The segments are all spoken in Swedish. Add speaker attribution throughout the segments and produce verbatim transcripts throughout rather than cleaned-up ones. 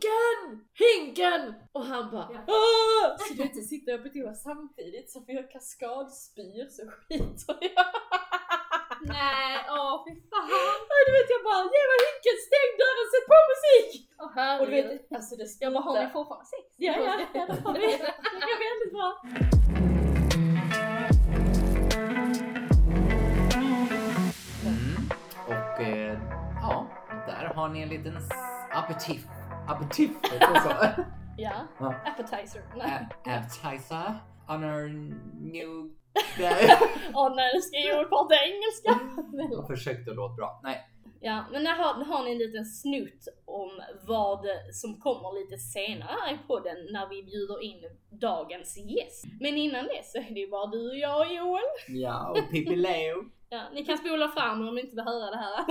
Speaker 1: Hinken! Hinken! Och han bara,
Speaker 2: Ja.
Speaker 1: Åh! Så du inte sitter och på toa samtidigt så får jag kaskadspyr så skiter jag.
Speaker 2: Nej, åh fy fan.
Speaker 1: Och du vet jag bara, ge mig Hinken, stäng dörren, sätt på musik!
Speaker 2: Åh
Speaker 1: Och du
Speaker 2: herregud.
Speaker 1: vet, alltså det
Speaker 2: Jag bara, har ni
Speaker 1: sprutar.
Speaker 2: fortfarande sex?
Speaker 1: Ja, ja, ja, det var det. Det går väldigt bra.
Speaker 3: Mm. Och eh, ja, där har ni en liten s- aperitif. Aperitif, heter det så?
Speaker 2: Ja,
Speaker 3: Ja.
Speaker 2: appetizer. Nej.
Speaker 3: A- Appetizer on our new...
Speaker 2: Åh nej, nu ska jag prata engelska.
Speaker 3: Jag försökte låta bra. Nej.
Speaker 2: Ja, men här har, har ni en liten snutt om vad som kommer lite senare här i podden när vi bjuder in dagens gäst. Men innan det så är det ju bara du och jag och Joel.
Speaker 3: Ja, och Pippi Leo.
Speaker 2: Ja, ni kan spola fram om ni inte vill höra det här.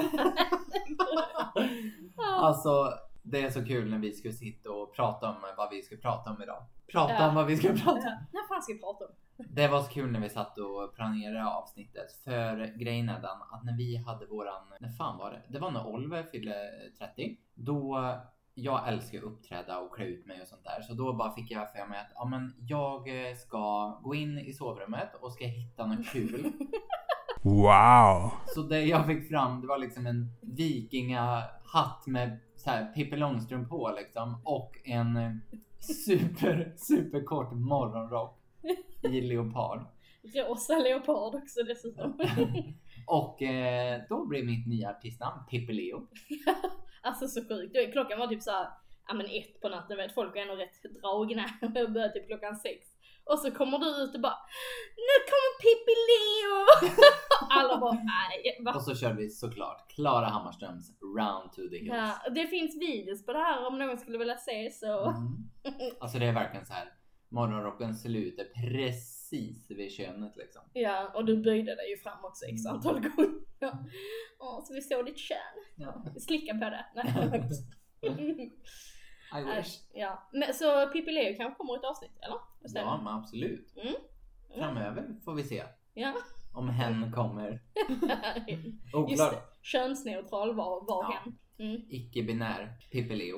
Speaker 2: Ja.
Speaker 3: Alltså, det är så kul när vi ska sitta och prata om vad vi ska prata om idag. Prata
Speaker 2: Ja.
Speaker 3: om vad vi ska prata om.
Speaker 2: Ja, när fan ska vi prata om?
Speaker 3: Det var så kul när vi satt och planerade avsnittet. För grejen är den att när vi hade våran... När fan var det? Det var när Oliver fyllde trettio. Då... Jag älskar att uppträda och klä ut mig och sånt där. Så då bara fick jag för mig att ja, men jag ska gå in i sovrummet och ska hitta något kul.
Speaker 4: Wow!
Speaker 3: Så det jag fick fram, det var liksom en vikingahatt med så här Pippi Långstrump på liksom. Och en super, super kort morgonrock i leopard.
Speaker 2: Rosa leopard också dessutom.
Speaker 3: Och eh, då blev mitt nya artistnamn Pippi Leo.
Speaker 2: Alltså så sjukt. Då- Klockan var typ såhär, ja men ett på natten, vet folk är ändå rätt dragna. Och började typ klockan sex. Och så kommer du ut och bara, nu kommer Pippi Leo! Alla bara, nej. Va?
Speaker 3: Och så körde vi såklart Klara Hammarströms Round to the Hills.
Speaker 2: Ja, det finns videos på det här om någon skulle vilja se så.
Speaker 3: Mm. Alltså det är verkligen så här. Morgonrocken slutar precis vid könet liksom.
Speaker 2: Ja, och du böjde dig ju fram också x antal gånger. Ja. Åh, så vi såg ditt kön.
Speaker 3: Ja.
Speaker 2: Slicka på det. Nej.
Speaker 3: I wish.
Speaker 2: Ja, men så Pippi Leo kanske kommer ett avsnitt, eller? Vad säger
Speaker 3: Ja,
Speaker 2: du?
Speaker 3: men absolut.
Speaker 2: Mm.
Speaker 3: Framöver får vi se
Speaker 2: Ja.
Speaker 3: om hen kommer.
Speaker 2: Just
Speaker 3: Oklart.
Speaker 2: det. Könsneutral var, var
Speaker 3: Ja.
Speaker 2: hen. Mm.
Speaker 3: Icke-binär Pippi Leo.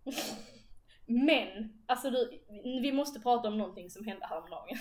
Speaker 2: Men, alltså du, vi måste prata om någonting som hände häromdagen.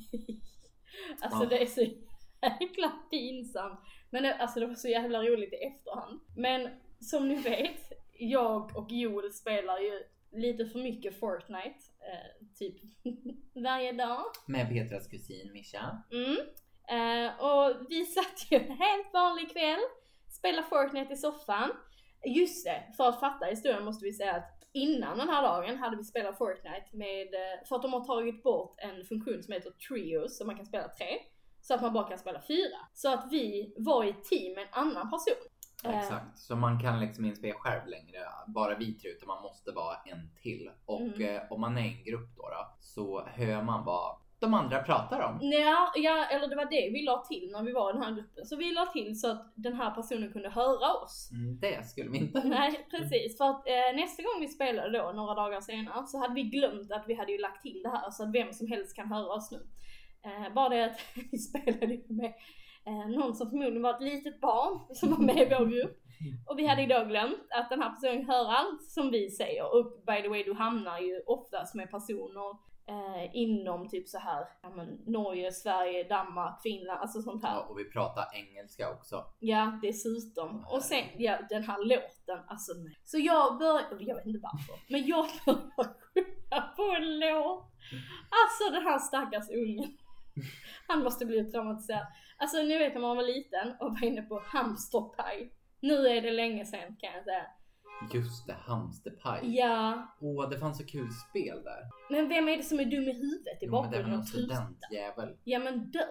Speaker 2: Alltså
Speaker 3: Ja.
Speaker 2: det är så jävla pinsamt. Men det, alltså det var så jävla roligt i efterhand. Men som ni vet, jag och Joel spelar ju lite för mycket Fortnite. Eh, typ varje dag.
Speaker 3: Med Petras kusin Mischa.
Speaker 2: Mm. Eh, och vi satt ju en helt vanlig kväll, spelade Fortnite i soffan. Just det, för att fatta historien måste vi säga att innan den här dagen hade vi spelat Fortnite med, eh, för att de har tagit bort en funktion som heter Trios, så man kan spela tre. Så att man bara kan spela fyra. Så att vi var i team med en annan person. Eh,
Speaker 3: Exakt, så man kan liksom inte spela själv längre, bara vi tre, utan man måste vara en till. Och
Speaker 2: Mm.
Speaker 3: eh, om man är en grupp då, då så hör man vad de andra pratar om.
Speaker 2: Ja, ja, eller det var det vi la till när vi var i den här gruppen. Så vi la till så att den här personen kunde höra oss.
Speaker 3: Mm, det skulle vi inte.
Speaker 2: Nej, precis. För att eh, nästa gång vi spelade då, några dagar senare, så hade vi glömt att vi hade ju lagt till det här så att vem som helst kan höra oss nu. Eh, bara det att vi spelade med eh, någon som förmodligen var ett litet barn som var med i vår grupp. Och vi hade idag glömt att den här personen hör allt som vi säger. Och by the way, du hamnar ju oftast med personer eh, inom typ så här, ja, men, Norge, Sverige, Danmark, Finland, alltså sånt här.
Speaker 3: Ja, och vi pratar engelska också.
Speaker 2: Ja, dessutom. Och sen, ja, den här låten, alltså nej. Så jag började, jag vet inte varför, men jag började sjunga på en låt. Alltså den här stackars ungen. Han måste bli traumatiserad. Alltså nu vet jag när man var liten och var inne på hamsterpaj. Nu är det länge sedan kan jag säga.
Speaker 3: Just det, hamsterpaj.
Speaker 2: Ja,
Speaker 3: Åh, det fanns så kul spel där.
Speaker 2: men vem är det som är dum i huvudet i
Speaker 3: Jo, men det var
Speaker 2: bakgrunden?
Speaker 3: någon studentjävel.
Speaker 2: Ja men dö.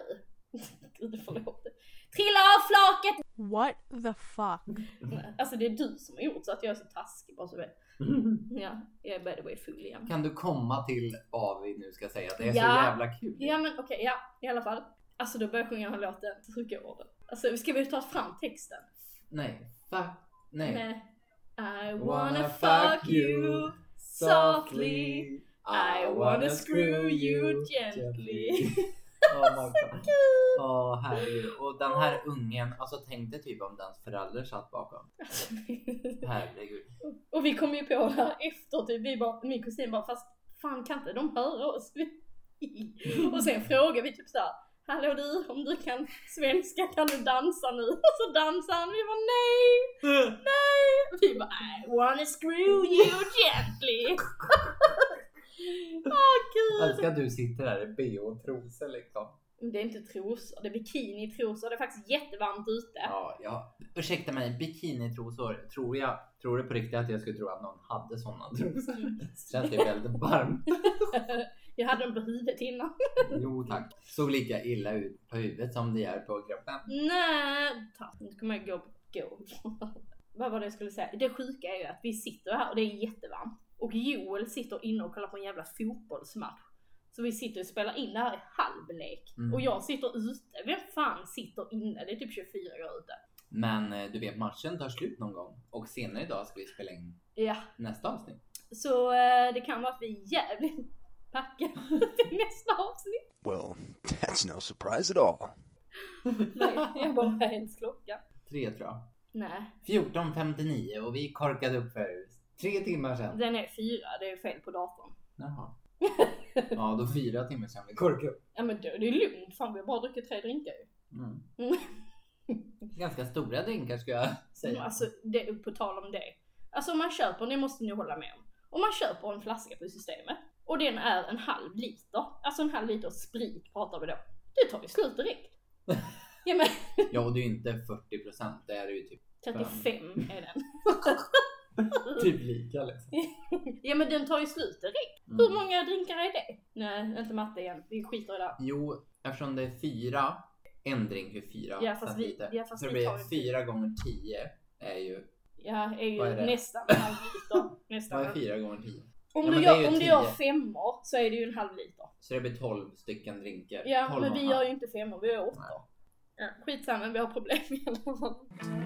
Speaker 2: Gud förlåt. Trilla av flaket!
Speaker 4: What the fuck?
Speaker 2: Alltså det är du som har gjort så att jag är så taskig bara så vet. Ja, jag är by the way full igen.
Speaker 3: Kan du komma till vad vi nu ska säga? Det är
Speaker 2: Ja.
Speaker 3: så jävla kul.
Speaker 2: Ja men okej, okay, ja i alla fall. Alltså då börjar jag sjunga den här låten, så trycker jag orden. Alltså ska vi ta fram texten?
Speaker 3: Nej, fuck, nej.
Speaker 2: Nej. I wanna fuck you softly. I wanna screw you gently.
Speaker 3: Oh my god. Åh oh, herregud. Och den här ungen, alltså tänk dig typ om dens föräldrar satt bakom. Herregud.
Speaker 2: Och vi kom ju på det här efter typ, vi bara, min kusin bara, fast fan kan inte de höra oss? Och sen frågade vi typ såhär, hallå du, om du kan svenska kan du dansa nu? Och så dansar han, vi bara nej, nej. Vi bara, I wanna screw you gently. Åh oh, gud.
Speaker 3: Älskar du sitter där i B och trosor liksom.
Speaker 2: Det är inte trosor, det är bikini-trosor, det är faktiskt jättevarmt ute.
Speaker 3: Ja, ja. Ursäkta mig, bikini-trosor. Tror jag, tror du på riktigt att jag skulle tro att någon hade sådana trosor? Känns det väldigt varmt.
Speaker 2: Jag hade dem på huvudet innan.
Speaker 3: Jo tack. Såg lika illa ut på huvudet som det är på kroppen.
Speaker 2: Nej, tack. Nu kommer jag gå gå. Vad var det jag skulle säga? Det sjuka är ju att vi sitter här och det är jättevarmt. Och Joel sitter inne och kollar på en jävla fotbollsmatch. Så vi sitter och spelar in det här i halvlek. Mm. Och jag sitter ute. Vem fan sitter inne? Det är typ tjugofyra grader ute.
Speaker 3: Men du vet, matchen tar slut någon gång. Och senare idag ska vi spela in
Speaker 2: ja.
Speaker 3: nästa avsnitt.
Speaker 2: Så eh, det kan vara att vi är jävligt packade till nästa avsnitt.
Speaker 5: Well, that's no surprise at all.
Speaker 2: Nej, jag bara har ens klocka.
Speaker 3: Tre tror jag.
Speaker 2: Nej.
Speaker 3: fjorton femtionio och vi korkade upp för tre timmar sedan.
Speaker 2: Den är fyra, det är fel på datorn.
Speaker 3: Jaha. Ja, då fyra timmar sedan vi korkade upp.
Speaker 2: Ja men då, det är lugnt, fan vi har bara druckit tre drinkar ju.
Speaker 3: Mm. Mm. Ganska stora drinkar ska jag säga.
Speaker 2: Alltså, det, på tal om det. Alltså om man köper, det måste ni hålla med om. Om man köper en flaska på systemet och den är en halv liter, alltså en halv liter sprit pratar vi då. Det tar ju slut direkt. Ja, men...
Speaker 3: ja, och det är ju inte fyrtio procent, det är ju typ
Speaker 2: trettiofem är den.
Speaker 3: Typ lika liksom.
Speaker 2: Ja men den tar ju slut direkt. Mm. Hur många drinkar är det? Nej, inte matte igen. Vi skiter i det.
Speaker 3: Jo, eftersom det är fyra, en drink är fyra.
Speaker 2: Ja fast vi, ja, fast
Speaker 3: så det
Speaker 2: vi
Speaker 3: blir
Speaker 2: tar
Speaker 3: fyra gånger tio är ju...
Speaker 2: Ja, är ju är nästan en halv liter. Nästan.
Speaker 3: Vad är fyra gånger tio?
Speaker 2: Om,
Speaker 3: ja,
Speaker 2: du, gör, om du gör femmor så är det ju en halv liter.
Speaker 3: Så det blir tolv stycken drinkar.
Speaker 2: Ja, men vi gör ju inte femmor, vi gör åtta. Ja, skitsamma, vi har problem i alla fall.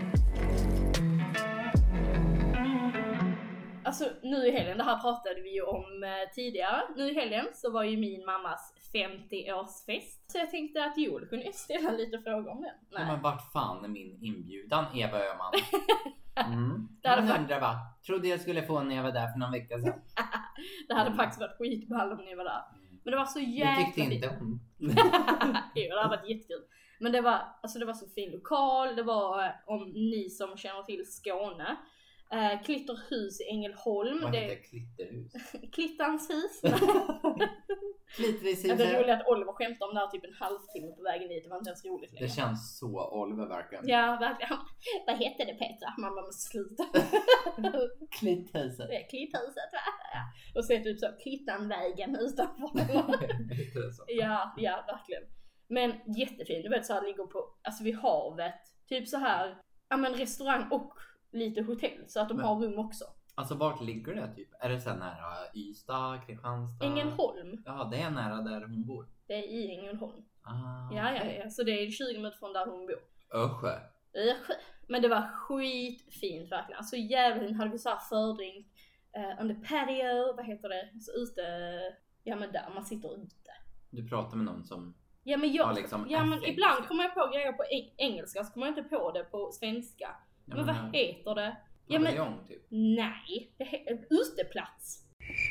Speaker 2: Alltså nu i helgen, det här pratade vi ju om eh, tidigare. Nu i helgen så var ju min mammas femtio-årsfest. Så jag tänkte att Joel kunde ställa lite frågor om den.
Speaker 3: Nej. Ja, men vart fan är min inbjudan, Eva Öhman? Mm.
Speaker 2: Det hade
Speaker 3: jag undrar va? Trodde jag skulle få när jag var där för någon vecka sedan.
Speaker 2: Det hade mm. faktiskt varit skitball om ni var där. Men det var så jävla...
Speaker 3: Det tyckte inte hon.
Speaker 2: Jo, det hade varit jättekul. Men det var, alltså det var så fin lokal. Det var, om ni som känner till Skåne, Uh, Klitterhus i Ängelholm.
Speaker 3: Vad
Speaker 2: det...
Speaker 3: heter Klitterhus?
Speaker 2: Klittans hus.
Speaker 3: Klitterhushuset.
Speaker 2: Det är roligt att Oliver skämtar om det här typ en halvtimme på vägen dit. Det var inte ens roligt längre.
Speaker 3: Det känns så Oliver verkligen.
Speaker 2: Ja, verkligen. Vad heter det Petra? Man bara måste sluta.
Speaker 3: Klitthuset.
Speaker 2: Det är Klitthuset va? Ja. Och så är det typ så Klittanvägen utanför. Ja, ja, verkligen. Men jättefint. Du vet så här ligger på, alltså vid havet. Typ så här, ja men restaurang och lite hotell så att de men, har rum också.
Speaker 3: Alltså vart ligger det typ? Är det så nära Ystad, Kristianstad?
Speaker 2: Ängelholm.
Speaker 3: Ja, det är nära där hon bor.
Speaker 2: Det är i Ängelholm.
Speaker 3: Ah,
Speaker 2: ja, ja, ja, så det är tjugo minuter från där hon bor.
Speaker 3: Ösjö.
Speaker 2: Ösjö. Men det var skitfint verkligen. Alltså jävligt fint. Hade vi så här fördrink uh, on the patio, vad heter det? Så ute, ja men där man sitter ute.
Speaker 3: Du pratar med någon som
Speaker 2: ja, men jag,
Speaker 3: liksom
Speaker 2: ja men ibland kommer jag på grejer på engelska så kommer jag inte på det på svenska. Ja, men, men vad heter det?
Speaker 3: Ja, men, typ.
Speaker 2: Nej, det heter uteplats.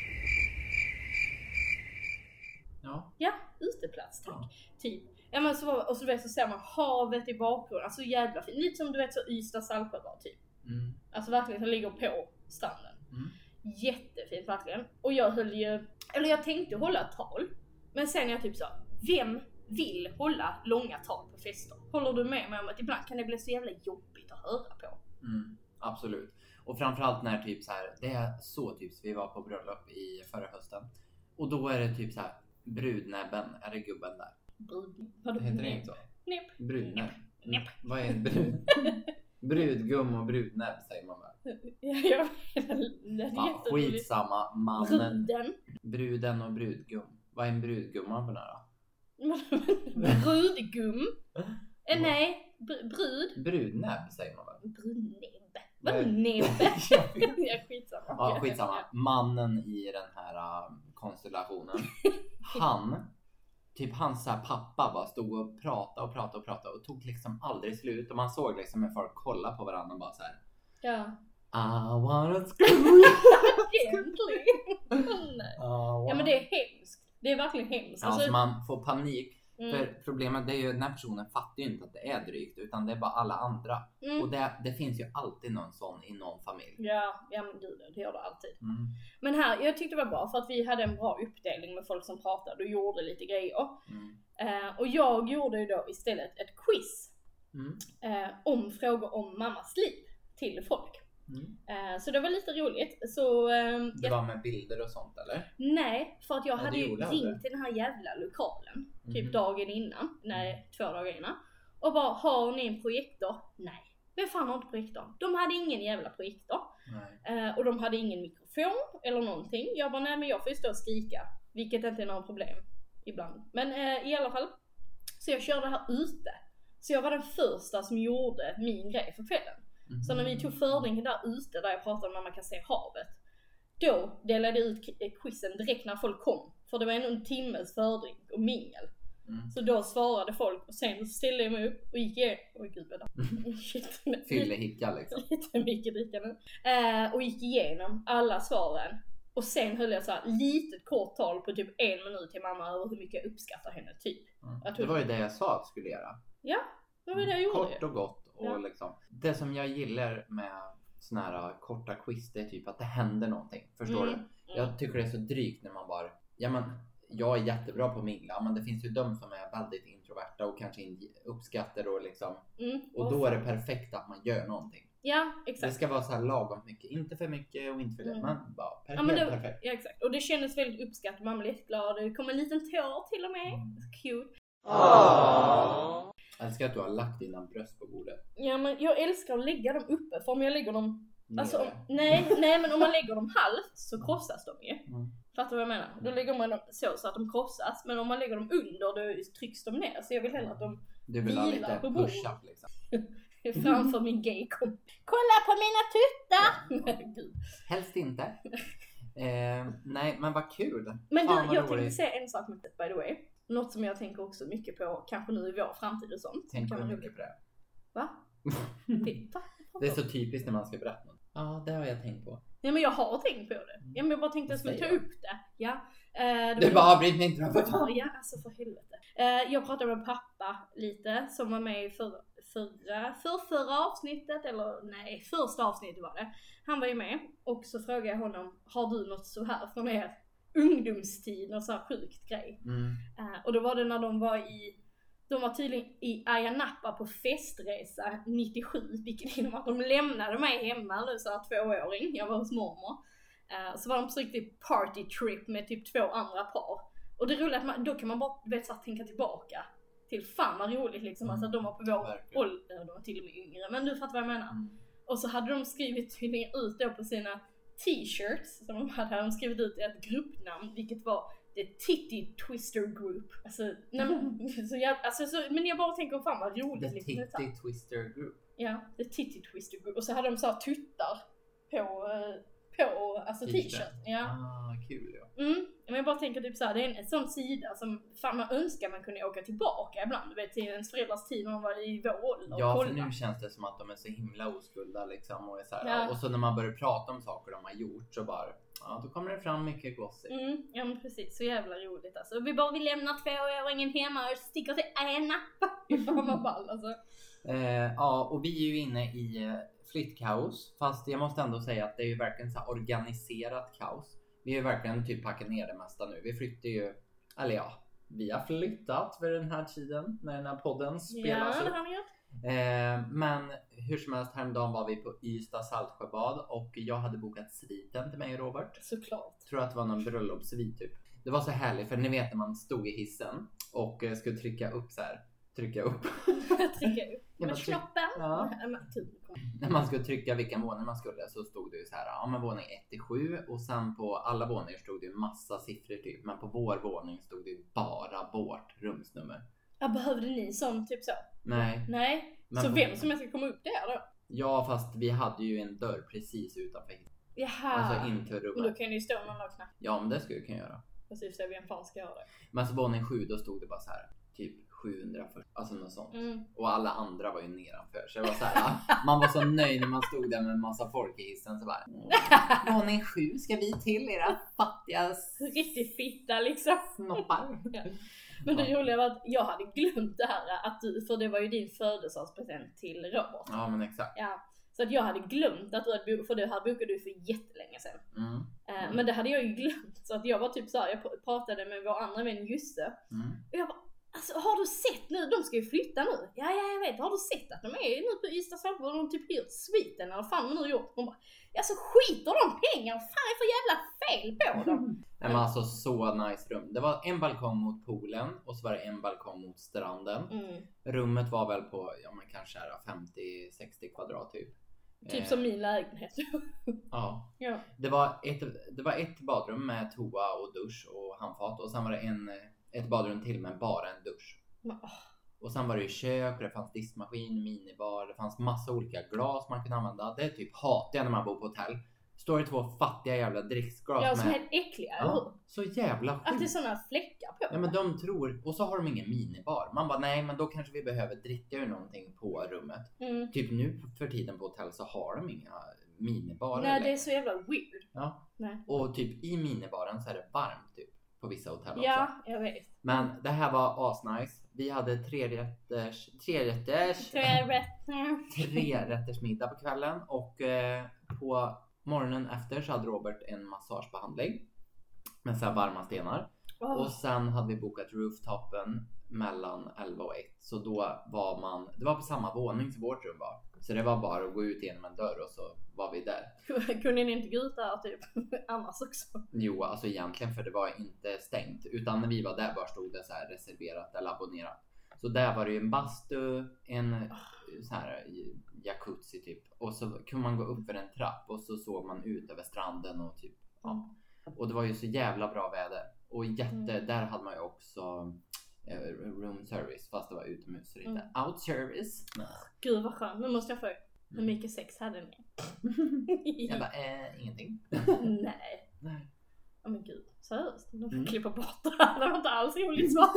Speaker 3: Ja.
Speaker 2: Ja, uteplats, tack. Ja. Typ. Ja, men så, och så, vet, så ser man havet i bakgrunden. Alltså jävla fint. Lite som du vet så Ystad Saltsjö var typ. Mm. Alltså verkligen, som ligger på stranden. Mm. Jättefint verkligen. Och jag höll ju, eller jag tänkte hålla ett tal. Men sen jag typ så, vem vill hålla långa tal på fester? Håller du med mig om att ibland kan det bli så jävla jobbigt att höra på?
Speaker 3: Mm, absolut. Och framförallt när typ så här, det är så typ vi var på bröllop i förra hösten. Och då är det typ så här, brudnäbben, är det gubben där?
Speaker 2: Brud.
Speaker 3: Vad heter det inte så?
Speaker 2: Näpp.
Speaker 3: Brudnäbb.
Speaker 2: Näpp.
Speaker 3: Vad är brud? Brudgum och brudnäbb säger man bara.
Speaker 2: Ja, jag vet.
Speaker 3: Fan, skitsamma, mannen.
Speaker 2: Bruden.
Speaker 3: Bruden och brudgum. Vad är en brudgumman för några?
Speaker 2: Brudgum? Eh, nej, Br- brud.
Speaker 3: Brudnäbb säger man väl?
Speaker 2: Brudnäbb. Vadå näbbe? Ja, skitsamma.
Speaker 3: Ja, skitsamma. Mannen i den här uh, konstellationen. Han typ hans så här pappa bara stod och pratade och pratade och pratade och tog liksom aldrig slut. Och man såg liksom hur folk kollade på varandra och bara så här.
Speaker 2: Ja.
Speaker 3: I wanna scream.
Speaker 2: Egentligen. Nej. Ja men det är hemskt. Det är verkligen hemskt.
Speaker 3: Alltså,
Speaker 2: alltså,
Speaker 3: man får panik.
Speaker 2: mm.
Speaker 3: För problemet det är ju den här personen fattar ju inte att det är drygt. Utan det är bara alla andra.
Speaker 2: Mm.
Speaker 3: Och det, det finns ju alltid någon sån i någon familj.
Speaker 2: Ja, ja men gud, det gör det alltid.
Speaker 3: Mm.
Speaker 2: Men här, jag tyckte det var bra för att vi hade en bra uppdelning med folk som pratade och gjorde lite grejer.
Speaker 3: Mm.
Speaker 2: Eh, och jag gjorde ju då istället ett quiz
Speaker 3: Mm.
Speaker 2: eh, om frågor om mammas liv till folk.
Speaker 3: Mm.
Speaker 2: Eh, så det var lite roligt. Så, eh,
Speaker 3: Det
Speaker 2: jag,
Speaker 3: var med bilder och sånt eller?
Speaker 2: nej, för att jag
Speaker 3: Ja,
Speaker 2: hade
Speaker 3: det
Speaker 2: ju
Speaker 3: gjorde jag
Speaker 2: ringt
Speaker 3: aldrig.
Speaker 2: till den här jävla lokalen. Typ
Speaker 3: Mhm.
Speaker 2: dagen innan, nej två dagar innan. Och bara, har ni en projektor? Nej. Vem fan har inte projektor? De hade ingen jävla projektor.
Speaker 3: Nej.
Speaker 2: Eh, och de hade ingen mikrofon eller någonting. Jag bara, nej men jag får ju stå och skrika. Vilket inte är några problem ibland. Men eh, i alla fall. Så jag körde här ute. Så jag var den första som gjorde min grej för kvällen.
Speaker 3: Mm.
Speaker 2: Så när vi tog fördringen där ute där jag pratade om att man kan se havet. Då delade jag ut quizen direkt när folk kom. För det var ändå en timmes fördring och mingel.
Speaker 3: Mm.
Speaker 2: Så då svarade folk och sen ställde jag mig upp och gick igenom. Oj gud vänta. Shit.
Speaker 3: Fylle hicka liksom.
Speaker 2: Lite mycket dricka nu. Eh, och gick igenom alla svaren. Och sen höll jag så här litet kort tal på typ en minut till mamma över hur mycket jag uppskattar henne typ.
Speaker 3: Mm.
Speaker 2: Jag
Speaker 3: Det
Speaker 2: tror
Speaker 3: var ju det jag sa att skulle göra.
Speaker 2: Ja, det var det jag gjorde.
Speaker 3: Kort och gott. Och
Speaker 2: Ja.
Speaker 3: liksom. Det som jag gillar med såna här korta quiz det är typ att det händer någonting. Förstår
Speaker 2: Mm.
Speaker 3: du? Jag tycker det är så drygt när man bara, ja men jag är jättebra på att mingla men det finns ju de som är väldigt introverta och kanske inte uppskattar och liksom.
Speaker 2: Mm.
Speaker 3: Och då är det perfekt att man gör någonting.
Speaker 2: Ja,
Speaker 3: Det
Speaker 2: exakt.
Speaker 3: ska vara så här lagom mycket. Inte för mycket och inte för lite.
Speaker 2: Mm.
Speaker 3: Men bara perfekt.
Speaker 2: Ja, men det,
Speaker 3: perfekt.
Speaker 2: ja exakt. Och det kändes väldigt uppskattat. Mamma blev jätteglad. Det kom en liten tår till och med.
Speaker 3: Mm.
Speaker 2: Cute.
Speaker 3: Jag älskar att du har lagt dina bröst på bordet.
Speaker 2: Ja men jag älskar att lägga dem uppe. För om jag lägger dem Alltså, om,
Speaker 3: Nere.
Speaker 2: nej, nej men om man lägger dem halvt så krossas de ju.
Speaker 3: Mm.
Speaker 2: Fattar du vad jag menar? Då lägger man dem så, så att de krossas. Men om man lägger dem under då trycks de ner. Så jag vill hellre att de
Speaker 3: Du vill ha
Speaker 2: vilar
Speaker 3: lite
Speaker 2: på bordet.
Speaker 3: push-up liksom.
Speaker 2: är framför min gaykom. Kolla på mina tuttar! Nej, gud.
Speaker 3: Helst inte. Eh, nej, men vad kul.
Speaker 2: Men
Speaker 3: Fan,
Speaker 2: du,
Speaker 3: vad
Speaker 2: jag tänkte
Speaker 3: roligt.
Speaker 2: säga en sak med det by the way. Något som jag tänker också mycket på, kanske nu i vår framtid och sånt.
Speaker 3: Tänk
Speaker 2: kan
Speaker 3: vad
Speaker 2: man
Speaker 3: mycket på det.
Speaker 2: Va? Det, va?
Speaker 3: Det är så typiskt när man ska berätta något. Ja, det har jag tänkt på.
Speaker 2: Ja men jag har tänkt på det. Ja men jag bara tänkte att jag skulle ta
Speaker 3: Säg då.
Speaker 2: upp det. Ja. Eh,
Speaker 3: Du bara avbryt mig inte då, för fan.
Speaker 2: Ja, alltså för helvete. Eh, jag pratade med pappa lite som var med i förra, förra, för förra avsnittet, eller nej, första avsnittet var det. Han var ju med och så frågade jag honom, har du något så här från er ungdomstid, något så här sjukt grej?
Speaker 3: Mm.
Speaker 2: Eh, och då var det när de var i, de var tydligen i Ayia Napa på festresa nittiosju, vilket innebär att de lämnade mig hemma nu så här tvååring, jag var hos mormor. Uh, så var de på riktigt party trip med typ två andra par. Och det roliga är att man, då kan man bara vet, så här, tänka tillbaka till fan vad roligt liksom.
Speaker 3: Mm.
Speaker 2: Alltså att de var på vår
Speaker 3: Verkligen.
Speaker 2: ålder, de var till och med yngre. Men du fattar vad jag menar.
Speaker 3: Mm.
Speaker 2: Och så hade de skrivit tydligen ut då på sina t-shirts som de hade, hade de skrivit ut ett gruppnamn, vilket var The Titty Twister Group. Alltså, nej, men, så jag, alltså så, men jag bara tänker fan vad roligt.
Speaker 3: The
Speaker 2: liksom, det här.
Speaker 3: Titty Twister Group.
Speaker 2: Ja, The Titty Twister Group. Och så hade de så här tuttar på, eh, på alltså
Speaker 3: T-shirt.
Speaker 2: t-shirt. Ja.
Speaker 3: Ah, kul ja.
Speaker 2: Mm, men jag bara tänker typ såhär, det är en, en sån sida som fan man önskar man kunde åka tillbaka ibland, du vet, till ens föräldrars tid när de var i vår ålder och
Speaker 3: Ja, för
Speaker 2: kolla.
Speaker 3: nu känns det som att de är så himla oskulda liksom. Och, är så här,
Speaker 2: Ja.
Speaker 3: och så när man börjar prata om saker de har gjort så bara, ja då kommer det fram mycket gossip.
Speaker 2: Mm, ja men precis, så jävla roligt alltså. Vi bara vill lämna tvååringen hemma och sticker till Ayia Napa. Fy fan vad ball alltså.
Speaker 3: Eh, ja, och vi är ju inne i eh, flyttkaos. Fast jag måste ändå säga att det är ju verkligen så här organiserat kaos. Vi har ju verkligen typ packat ner det mesta nu. Vi flyttar ju, eller ja, vi har flyttat vid den här tiden när den här podden spelas
Speaker 2: Ja,
Speaker 3: upp.
Speaker 2: det har ni gjort.
Speaker 3: Eh, men hur som helst, häromdagen var vi på Ystad Saltsjöbad och jag hade bokat sviten till mig och Robert.
Speaker 2: Såklart.
Speaker 3: Tror att det var någon bröllopssvit typ. Det var så härligt för ni vet när man stod i hissen och eh, skulle trycka upp så här. Trycka upp.
Speaker 2: Trycka upp
Speaker 3: Ja,
Speaker 2: med
Speaker 3: men tryck-
Speaker 2: knoppen.
Speaker 3: Ja.
Speaker 2: Ja, men typ.
Speaker 3: När man skulle trycka vilken våning man skulle så stod det ju så här, ja men våning ett till sju och sen på alla våningar stod det ju massa siffror typ. Men på vår våning stod det ju bara vårt rumsnummer.
Speaker 2: Ja, behövde ni sån typ så?
Speaker 3: Nej.
Speaker 2: Nej.
Speaker 3: Men
Speaker 2: så
Speaker 3: på-
Speaker 2: vem som helst ska komma upp där då?
Speaker 3: Ja fast vi hade ju en dörr precis utanför.
Speaker 2: Jaha.
Speaker 3: Alltså in till
Speaker 2: Men då
Speaker 3: rummet.
Speaker 2: kan ju stå någon och knappt.
Speaker 3: Ja men det skulle vi kunna göra.
Speaker 2: Fast i och för sig, vem fan ska göra det?
Speaker 3: Men så våning sju, då stod det bara så här typ sjuhundrafyrtio, alltså något sånt.
Speaker 2: Mm.
Speaker 3: Och alla andra var ju nedanför. Så det var så här, man var så nöjd när man stod där med en massa folk i hissen. Så bara, våning sju, ska vi till era fattiga
Speaker 2: Riktigt fitta liksom.
Speaker 3: snoppar?
Speaker 2: Ja. Men det roliga var att jag hade glömt det här, att du, för det var ju din födelsedagspresent till Robert.
Speaker 3: Ja, men exakt.
Speaker 2: Ja. Så att jag hade glömt att du hade bokat, för det här bokade du för jättelänge sedan.
Speaker 3: Mm.
Speaker 2: Eh, men det hade jag ju glömt. Så att jag var typ så här, jag pratade med vår andra vän Juste.
Speaker 3: Mm.
Speaker 2: Och jag bara, alltså har du sett nu, de ska ju flytta nu. Ja, ja jag vet, har du sett att de är nu på Ystad Saltbo och de typ hyrt sviten eller vad fan de nu gjort. Hon bara, ja så skiter de pengar, fan är för jävla fel på dem.
Speaker 3: Nej, men alltså så nice rum. Det var en balkong mot poolen och så var det en balkong mot stranden.
Speaker 2: Mm.
Speaker 3: Rummet var väl på, ja men kanske femtio sextio kvadrat typ.
Speaker 2: Typ
Speaker 3: Eh,
Speaker 2: som min lägenhet.
Speaker 3: Ja.
Speaker 2: Ja.
Speaker 3: Det var, ett, det var ett badrum med toa och dusch och handfat. Och sen var det en, ett badrum till med bara en dusch.
Speaker 2: Men, åh.
Speaker 3: Och sen var det ju kök, det fanns diskmaskin, minibar. Det fanns massa olika glas man kunde använda. Det är typ hatar jag när man bor på hotell. Står det två fattiga jävla dricksglas
Speaker 2: Ja, som är
Speaker 3: med...
Speaker 2: helt äckliga, eller hur?
Speaker 3: Ja, så jävla
Speaker 2: Att det är
Speaker 3: skit.
Speaker 2: sådana fläckar på.
Speaker 3: Ja, men de tror... Och så har de ingen minibar. Man bara, nej men då kanske vi behöver dricka ur någonting på rummet.
Speaker 2: Mm.
Speaker 3: Typ nu för tiden på hotell så har de inga minibarer.
Speaker 2: Nej, det
Speaker 3: längre.
Speaker 2: är så jävla weird.
Speaker 3: Ja.
Speaker 2: Nej.
Speaker 3: Och typ i minibaren så är det varmt typ på vissa hotell också.
Speaker 2: Ja, jag vet.
Speaker 3: Men det här var asnice. Vi hade trerätters trerätters trerätters middag på kvällen och eh, på morgonen efter så hade Robert en massagebehandling med så här varma stenar.
Speaker 2: Oh.
Speaker 3: Och sen hade vi bokat rooftopen mellan elva och ett. Så då var man, det var på samma våning som vårt rum var. Så det var bara att gå ut genom en dörr och så var vi där.
Speaker 2: Kunde ni inte gå ut där typ annars också?
Speaker 3: Jo, alltså egentligen för det var inte stängt. Utan när vi var där bara stod det så här reserverat eller abonnerat. Så där var det ju en bastu, en så här jacuzzi typ. Och så kunde man gå upp för en trapp och så såg man ut över stranden och typ, ja. Och det var ju så jävla bra väder. Och jätte,
Speaker 2: Mm.
Speaker 3: där hade man ju också eh, room service fast det var utomhus. Så det inte
Speaker 2: Mm.
Speaker 3: out service.
Speaker 2: Gud vad skönt, nu måste jag få. Hur mycket sex hade ni?
Speaker 3: Jag bara, eh, ingenting.
Speaker 2: Nej.
Speaker 3: Nej.
Speaker 2: Ja men gud, seriöst. De får
Speaker 3: Mm.
Speaker 2: klippa bort det här. Det var inte alls roligt svar.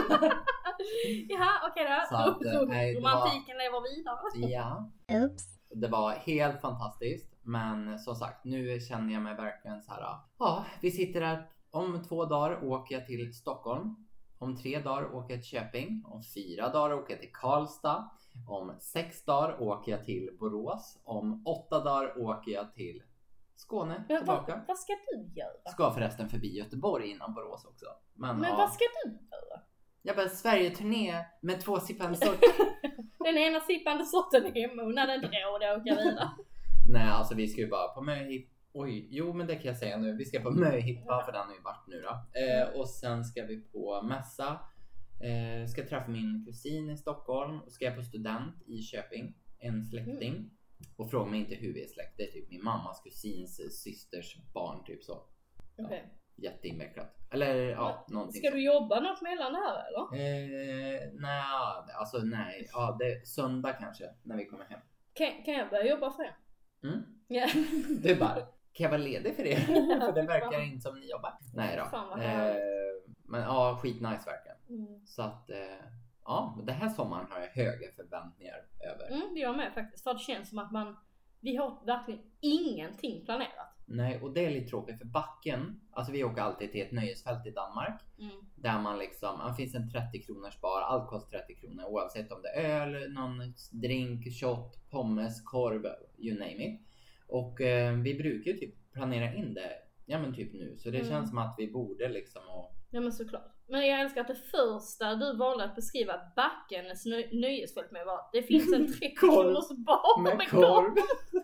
Speaker 2: Jaha, okej då.
Speaker 3: Så att, eh, nej, det var-
Speaker 2: Romantiken lever vidare.
Speaker 3: Ja.
Speaker 4: Oops.
Speaker 3: Det var helt fantastiskt. Men som sagt, nu känner jag mig verkligen så här. Ja, vi sitter här. Om två dagar åker jag till Stockholm. Om tre dagar åker jag till Köping. Om fyra dagar åker jag till Karlstad. Om sex dagar åker jag till Borås. Om åtta dagar åker jag till Skåne
Speaker 2: Men
Speaker 3: tillbaka.
Speaker 2: vad, vad ska du göra?
Speaker 3: Ska förresten förbi Göteborg innan Borås också. Men,
Speaker 2: Men
Speaker 3: ja,
Speaker 2: vad ska du göra?
Speaker 3: jag bara Sverige-turné med två sippande sorter.
Speaker 2: Den ena sippande sorten är hemma och när den inte råd att åka vidare.
Speaker 3: Nej, alltså vi ska ju bara på möjligt. Oj, jo men det kan jag säga nu. Vi ska på möhippa för den har ju varit nu då. Eh, och sen ska vi på mässa. Eh, ska träffa min kusin i Stockholm. Och ska jag på student i Köping. En släkting.
Speaker 2: Mm.
Speaker 3: Och fråga mig inte hur vi är släkt. Det är typ min mammas kusins systers barn typ så.
Speaker 2: Okej.
Speaker 3: Jätteinvecklat. Eller ja, någonting
Speaker 2: Ska
Speaker 3: så.
Speaker 2: du jobba något mellan det här eller?
Speaker 3: Eh, nej, alltså nej. Ja, det är söndag kanske när vi kommer hem.
Speaker 2: Kan, kan jag börja jobba för er?
Speaker 3: Mm.
Speaker 2: Ja.
Speaker 3: Det är bara, kan jag vara ledig för det? För det verkar inte som ni jobbar. Nej då.
Speaker 2: Fan vad
Speaker 3: eh,
Speaker 2: härligt.
Speaker 3: men ja, skitnice verkligen.
Speaker 2: Mm.
Speaker 3: Så att, eh, ja, men det här sommaren har jag höga förväntningar över.
Speaker 2: Mm, det gör jag med faktiskt. För det känns som att man, vi har verkligen ingenting planerat.
Speaker 3: Nej, och det är lite tråkigt för backen. Alltså vi åker alltid till ett nöjesfält i Danmark.
Speaker 2: Mm.
Speaker 3: Där man liksom, det finns en trettio kronors bar. Allt kostar trettio kronor oavsett om det är öl, någon drink, shot, pommes, korv, you name it. Och eh, vi brukar ju typ planera in det, ja men typ nu. Så det
Speaker 2: Mm.
Speaker 3: känns som att vi borde liksom och...
Speaker 2: Ja men såklart. Men jag älskar att det första du valde att beskriva backens nö- nöjesfält med var det finns en trettio kronors bar med,
Speaker 3: med
Speaker 2: korv.
Speaker 3: korv.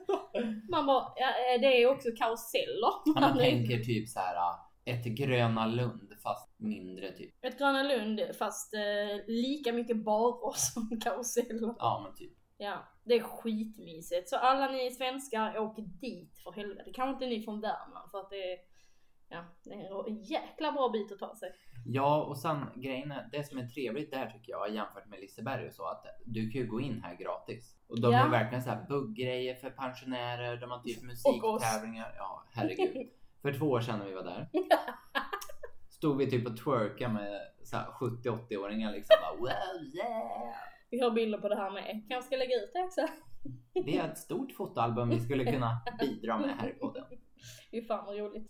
Speaker 2: Man bara, ja, det är också karuseller.
Speaker 3: Ja, man tänker typ så här ett Gröna Lund fast mindre typ.
Speaker 2: Ett Gröna Lund fast eh, lika mycket barer som karuseller.
Speaker 3: Ja men typ.
Speaker 2: Ja, det är skitmysigt. Så alla ni svenskar åker dit för helvete. Kanske inte ni från Värmland för att det är, ja, det är en jäkla bra bit att ta sig.
Speaker 3: Ja, och sen grejen är, det som är trevligt där tycker jag jämfört med Liseberg och så, att du kan ju gå in här gratis. Och de
Speaker 2: Ja.
Speaker 3: har verkligen så här bugggrejer för pensionärer, de har typ musiktävlingar. Ja, herregud. För två år sedan när vi var där. stod vi typ och twerka med så här sjuttio-åttio-åringar liksom. Bara, wow, yeah.
Speaker 2: Vi har bilder på det här med. Kanske ska lägga ut det också.
Speaker 3: Det är ett stort fotoalbum vi skulle kunna bidra med här i podden.
Speaker 2: Det är fan vad roligt.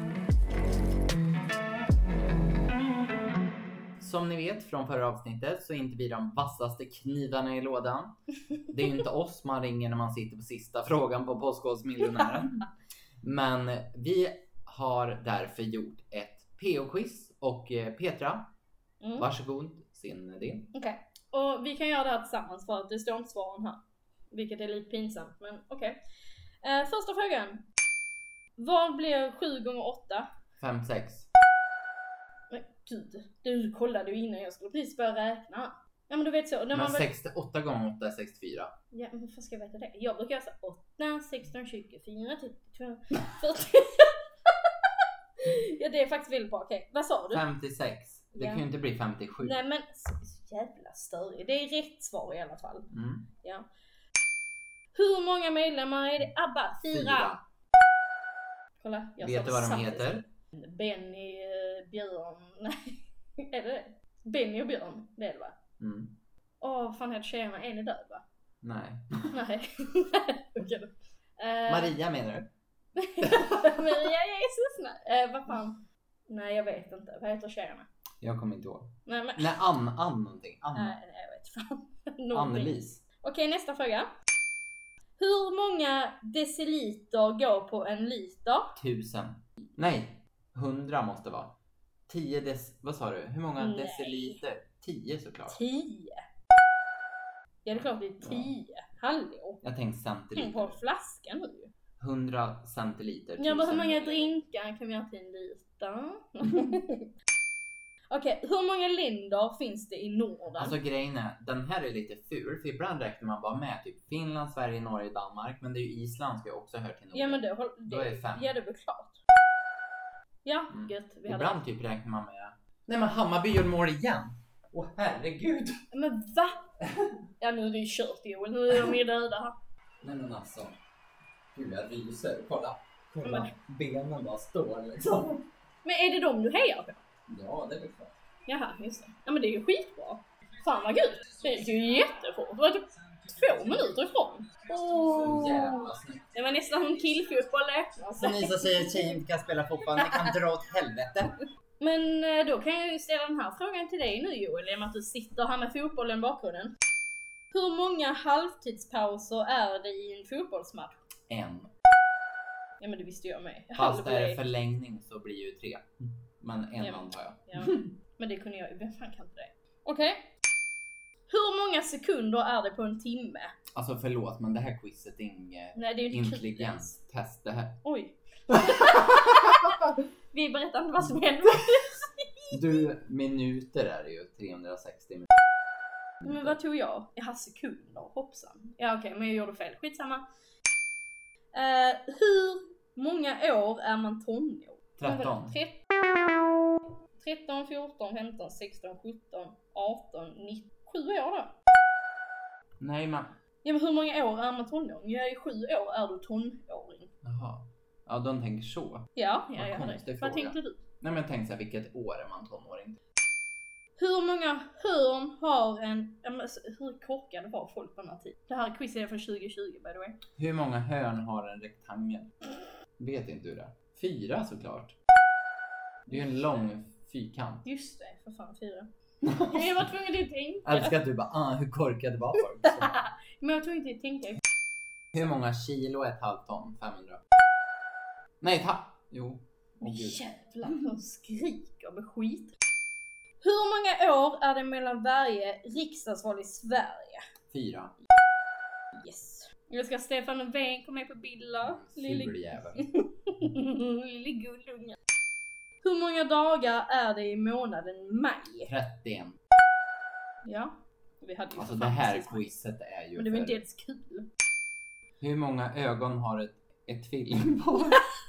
Speaker 3: Som ni vet från förra avsnittet så är inte vi de vassaste knivarna i lådan. Det är ju inte oss man ringer när man sitter på sista frågan på Postkodmiljonären. Men vi har därför gjort ett P O-quiz och eh, Petra,
Speaker 2: Mm.
Speaker 3: varsågod, sin din.
Speaker 2: Okej, okay. Och vi kan göra det här tillsammans för att det står inte svaren här. Vilket är lite pinsamt, men okej. Okay. Eh, första frågan. Vad blir sju gånger åtta?
Speaker 3: fem sex.
Speaker 2: Men gud, du kollade ju innan jag skulle precis börja räkna. Ja men du vet så. När
Speaker 3: Men
Speaker 2: man väl...
Speaker 3: sextioåtta gånger åtta är sextiofyra.
Speaker 2: Ja men varför ska jag veta det? Jag brukar säga åtta, sexton, tjugofyra, trettiotvå, fyrtio. Ja det är faktiskt väldigt bra, okej. Okay. Vad sa du?
Speaker 3: femtiosex. Det
Speaker 2: Ja.
Speaker 3: kan ju inte bli femtiosju.
Speaker 2: Nej men så, så jävla störigt. Det är rätt svar i alla fall.
Speaker 3: Mm.
Speaker 2: Ja. Hur många medlemmar är det? ABBA? Fyra.
Speaker 3: Fyra.
Speaker 2: Kolla, jag
Speaker 3: Vet
Speaker 2: sa
Speaker 3: du vad de
Speaker 2: samtidigt.
Speaker 3: heter?
Speaker 2: Benny, uh, Björn, nej. Är det det? Benny och Björn, det är det va?
Speaker 3: Mm.
Speaker 2: Åh, vad fan heter tjejerna? En är död va?
Speaker 3: Nej.
Speaker 2: Nej. Okej då. Eh,
Speaker 3: Maria menar du?
Speaker 2: Maria Jesus, nej. Uh, vad fan? Nej, jag vet inte. Vad heter tjejerna?
Speaker 3: Jag kommer inte ihåg.
Speaker 2: Nej, men...
Speaker 3: Nej, Ann, Ann någonting. Ann.
Speaker 2: Nej, jag vet fan. Någonting.
Speaker 3: Annelies.
Speaker 2: Okej, nästa fråga. Hur många deciliter går på en liter?
Speaker 3: Tusen. Nej, hundra måste vara. Tio dec... Vad sa du? Hur många
Speaker 2: Nej.
Speaker 3: deciliter? Tio såklart.
Speaker 2: Tio. Ja, det är klart det är tio. Hallå.
Speaker 3: Jag tänkte
Speaker 2: Tänk på
Speaker 3: centiliter.
Speaker 2: en flaska nu ju.
Speaker 3: Hundra centiliter.
Speaker 2: Ja, men hur
Speaker 3: tusen
Speaker 2: många
Speaker 3: milliliter.
Speaker 2: drinkar kan vi ha till en liter? Okej, hur många länder finns det i Norden?
Speaker 3: Alltså grejen är, den här är lite ful. För ibland räknar man bara med typ Finland, Sverige, Norge, Danmark. Men det är ju Island ska ju också höra till Norden.
Speaker 2: ja, men det, håll-
Speaker 3: Då är det fem.
Speaker 2: Ja, det är väl klart. Ja,
Speaker 3: Mm.
Speaker 2: gött. Vi hade...
Speaker 3: Ibland typ räknar man med... Nej men Hammarby gör mål igen. Åh herregud.
Speaker 2: Men va? Ja, nu är det ju kört Joel. Nu är de ju döda här.
Speaker 3: Nej men alltså. Gud jag ryser. Kolla.
Speaker 2: Kolla.
Speaker 3: Benen bara står liksom.
Speaker 2: Men är det de du hejar på?
Speaker 3: Ja det är väl klart.
Speaker 2: Jaha, just det. Ja, men det är ju skitbra. Fan vad gud. Det gick ju jättefort. Det var typ två minuter ifrån.
Speaker 3: Så jävla snyggt.
Speaker 2: Det var nästan en killfotboll räknas.
Speaker 3: Så ni som säger att tjejen inte kan spela fotboll, ni kan dra åt helvete.
Speaker 2: Men eh, då kan jag ju ställa den här frågan till dig nu Joel, i och med att du sitter här med fotbollen i bakgrunden. Hur många halvtidspauser är det i en fotbollsmatch?
Speaker 3: En.
Speaker 2: Ja men det visste jag med.
Speaker 3: Fast är det
Speaker 2: Halvlek.
Speaker 3: förlängning så blir ju tre. Men en
Speaker 2: Ja.
Speaker 3: antar jag.
Speaker 2: Ja. Men det kunde jag ju. Vem fan kan inte det? Okej. Hur många sekunder är det på en timme?
Speaker 3: Alltså förlåt men det här quizet är inget
Speaker 2: Nej, det är ju inte
Speaker 3: intelligenstest det här.
Speaker 2: Oj. Vi berättar inte vad som händer.
Speaker 3: Du, minuter är det ju. trehundrasextio minuter.
Speaker 2: Men vad tog jag? Jaha, sekunder. Hoppsan. Ja okej, men jag gjorde fel. Skitsamma. Uh, hur många år är man tonår?
Speaker 3: tretton.
Speaker 2: tretton, fjorton, femton, sexton, sjutton, arton, nitton. Sju år då?
Speaker 3: Nej men.
Speaker 2: Ja men hur många år är man tonåring? Jag är sju år är du tonåring.
Speaker 3: Jaha. Ja de tänker så.
Speaker 2: Ja, ja,
Speaker 3: Vad
Speaker 2: ja.
Speaker 3: konstig
Speaker 2: Vad
Speaker 3: fråga.
Speaker 2: tänkte du?
Speaker 3: Nej men tänk så här, vilket år är man tonåring?
Speaker 2: Hur många hörn har en... Ja, men, alltså, hur korkade var folk på den här tiden? Det här quizet är från tjugo tjugo by the way.
Speaker 3: Hur många hörn har en rektangel? Vet inte du det? Fyra såklart. Det är ju en lång fyrkant.
Speaker 2: Just det, för fan fyra. Jag var tvungen att tänka.
Speaker 3: Jag älskar att du bara, ah, hur korkade var folk? Så.
Speaker 2: Men jag var tvungen att tänka.
Speaker 3: Hur många kilo är ett halvt ton? femhundra. Nej, ta. Jo. Åh
Speaker 2: Men
Speaker 3: gud.
Speaker 2: jävlar, de skriker med skit. Hur många år är det mellan varje riksdagsval i Sverige?
Speaker 3: Fyra.
Speaker 2: Yes. Jag ska Stefan Löfven komma med på bilder. Lille,
Speaker 3: Ful jävel.
Speaker 2: lille gullunge. Hur många dagar är det i månaden maj?
Speaker 3: trettioen.
Speaker 2: Ja, vi hade ju
Speaker 3: Alltså
Speaker 2: för
Speaker 3: det
Speaker 2: fan
Speaker 3: här
Speaker 2: precis-
Speaker 3: quizet är ju
Speaker 2: Men det var
Speaker 3: för...
Speaker 2: inte ens kul.
Speaker 3: Hur många ögon har ett, ett film på?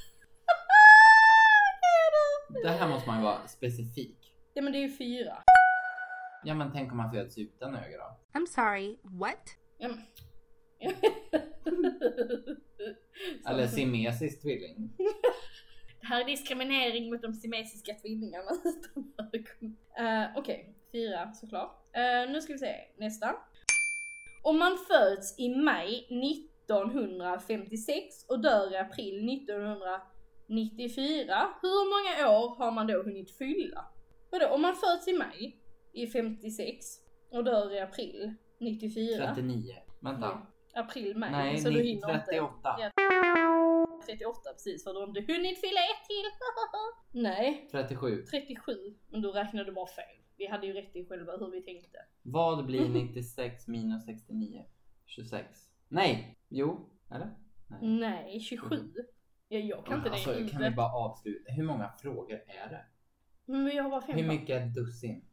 Speaker 3: Det här måste man ju vara specifik.
Speaker 2: Ja men det är ju fyra.
Speaker 3: Ja men tänk om man föds utan ögon då?
Speaker 4: I'm sorry, what?
Speaker 2: Ja, men...
Speaker 3: Eller siamesisk tvilling.
Speaker 2: Det här är diskriminering mot de siamesiska tvillingarna. uh, Okej, okay. fyra såklart. Uh, nu ska vi se nästa. Om man föds i maj nittonhundrafemtiosex och dör i april nittonhundranittiofyra, hur många år har man då hunnit fylla? Vadå, om man föds i maj i femtiosex och dör i april nittiofyra?
Speaker 3: trettionio. Vänta.
Speaker 2: Ja. April, maj.
Speaker 3: Nej,
Speaker 2: så du hinner
Speaker 3: trettioåtta.
Speaker 2: Inte. Ja. trettioåtta precis, för du har inte hunnit fylla ett till. Nej.
Speaker 3: trettiosju.
Speaker 2: trettiosju. Men då räknade du bara fel. Vi hade ju rätt i själva hur vi tänkte.
Speaker 3: Vad blir nittiosex minus sextionio? tjugosex. Nej. Jo. Eller? Nej.
Speaker 2: Nej, tjugosju. Ja, jag kan inte
Speaker 3: alltså,
Speaker 2: det.
Speaker 3: Kan vi bara avsluta? Hur många frågor är det?
Speaker 2: Men jag har bara fem.
Speaker 3: Hur mycket är dussin?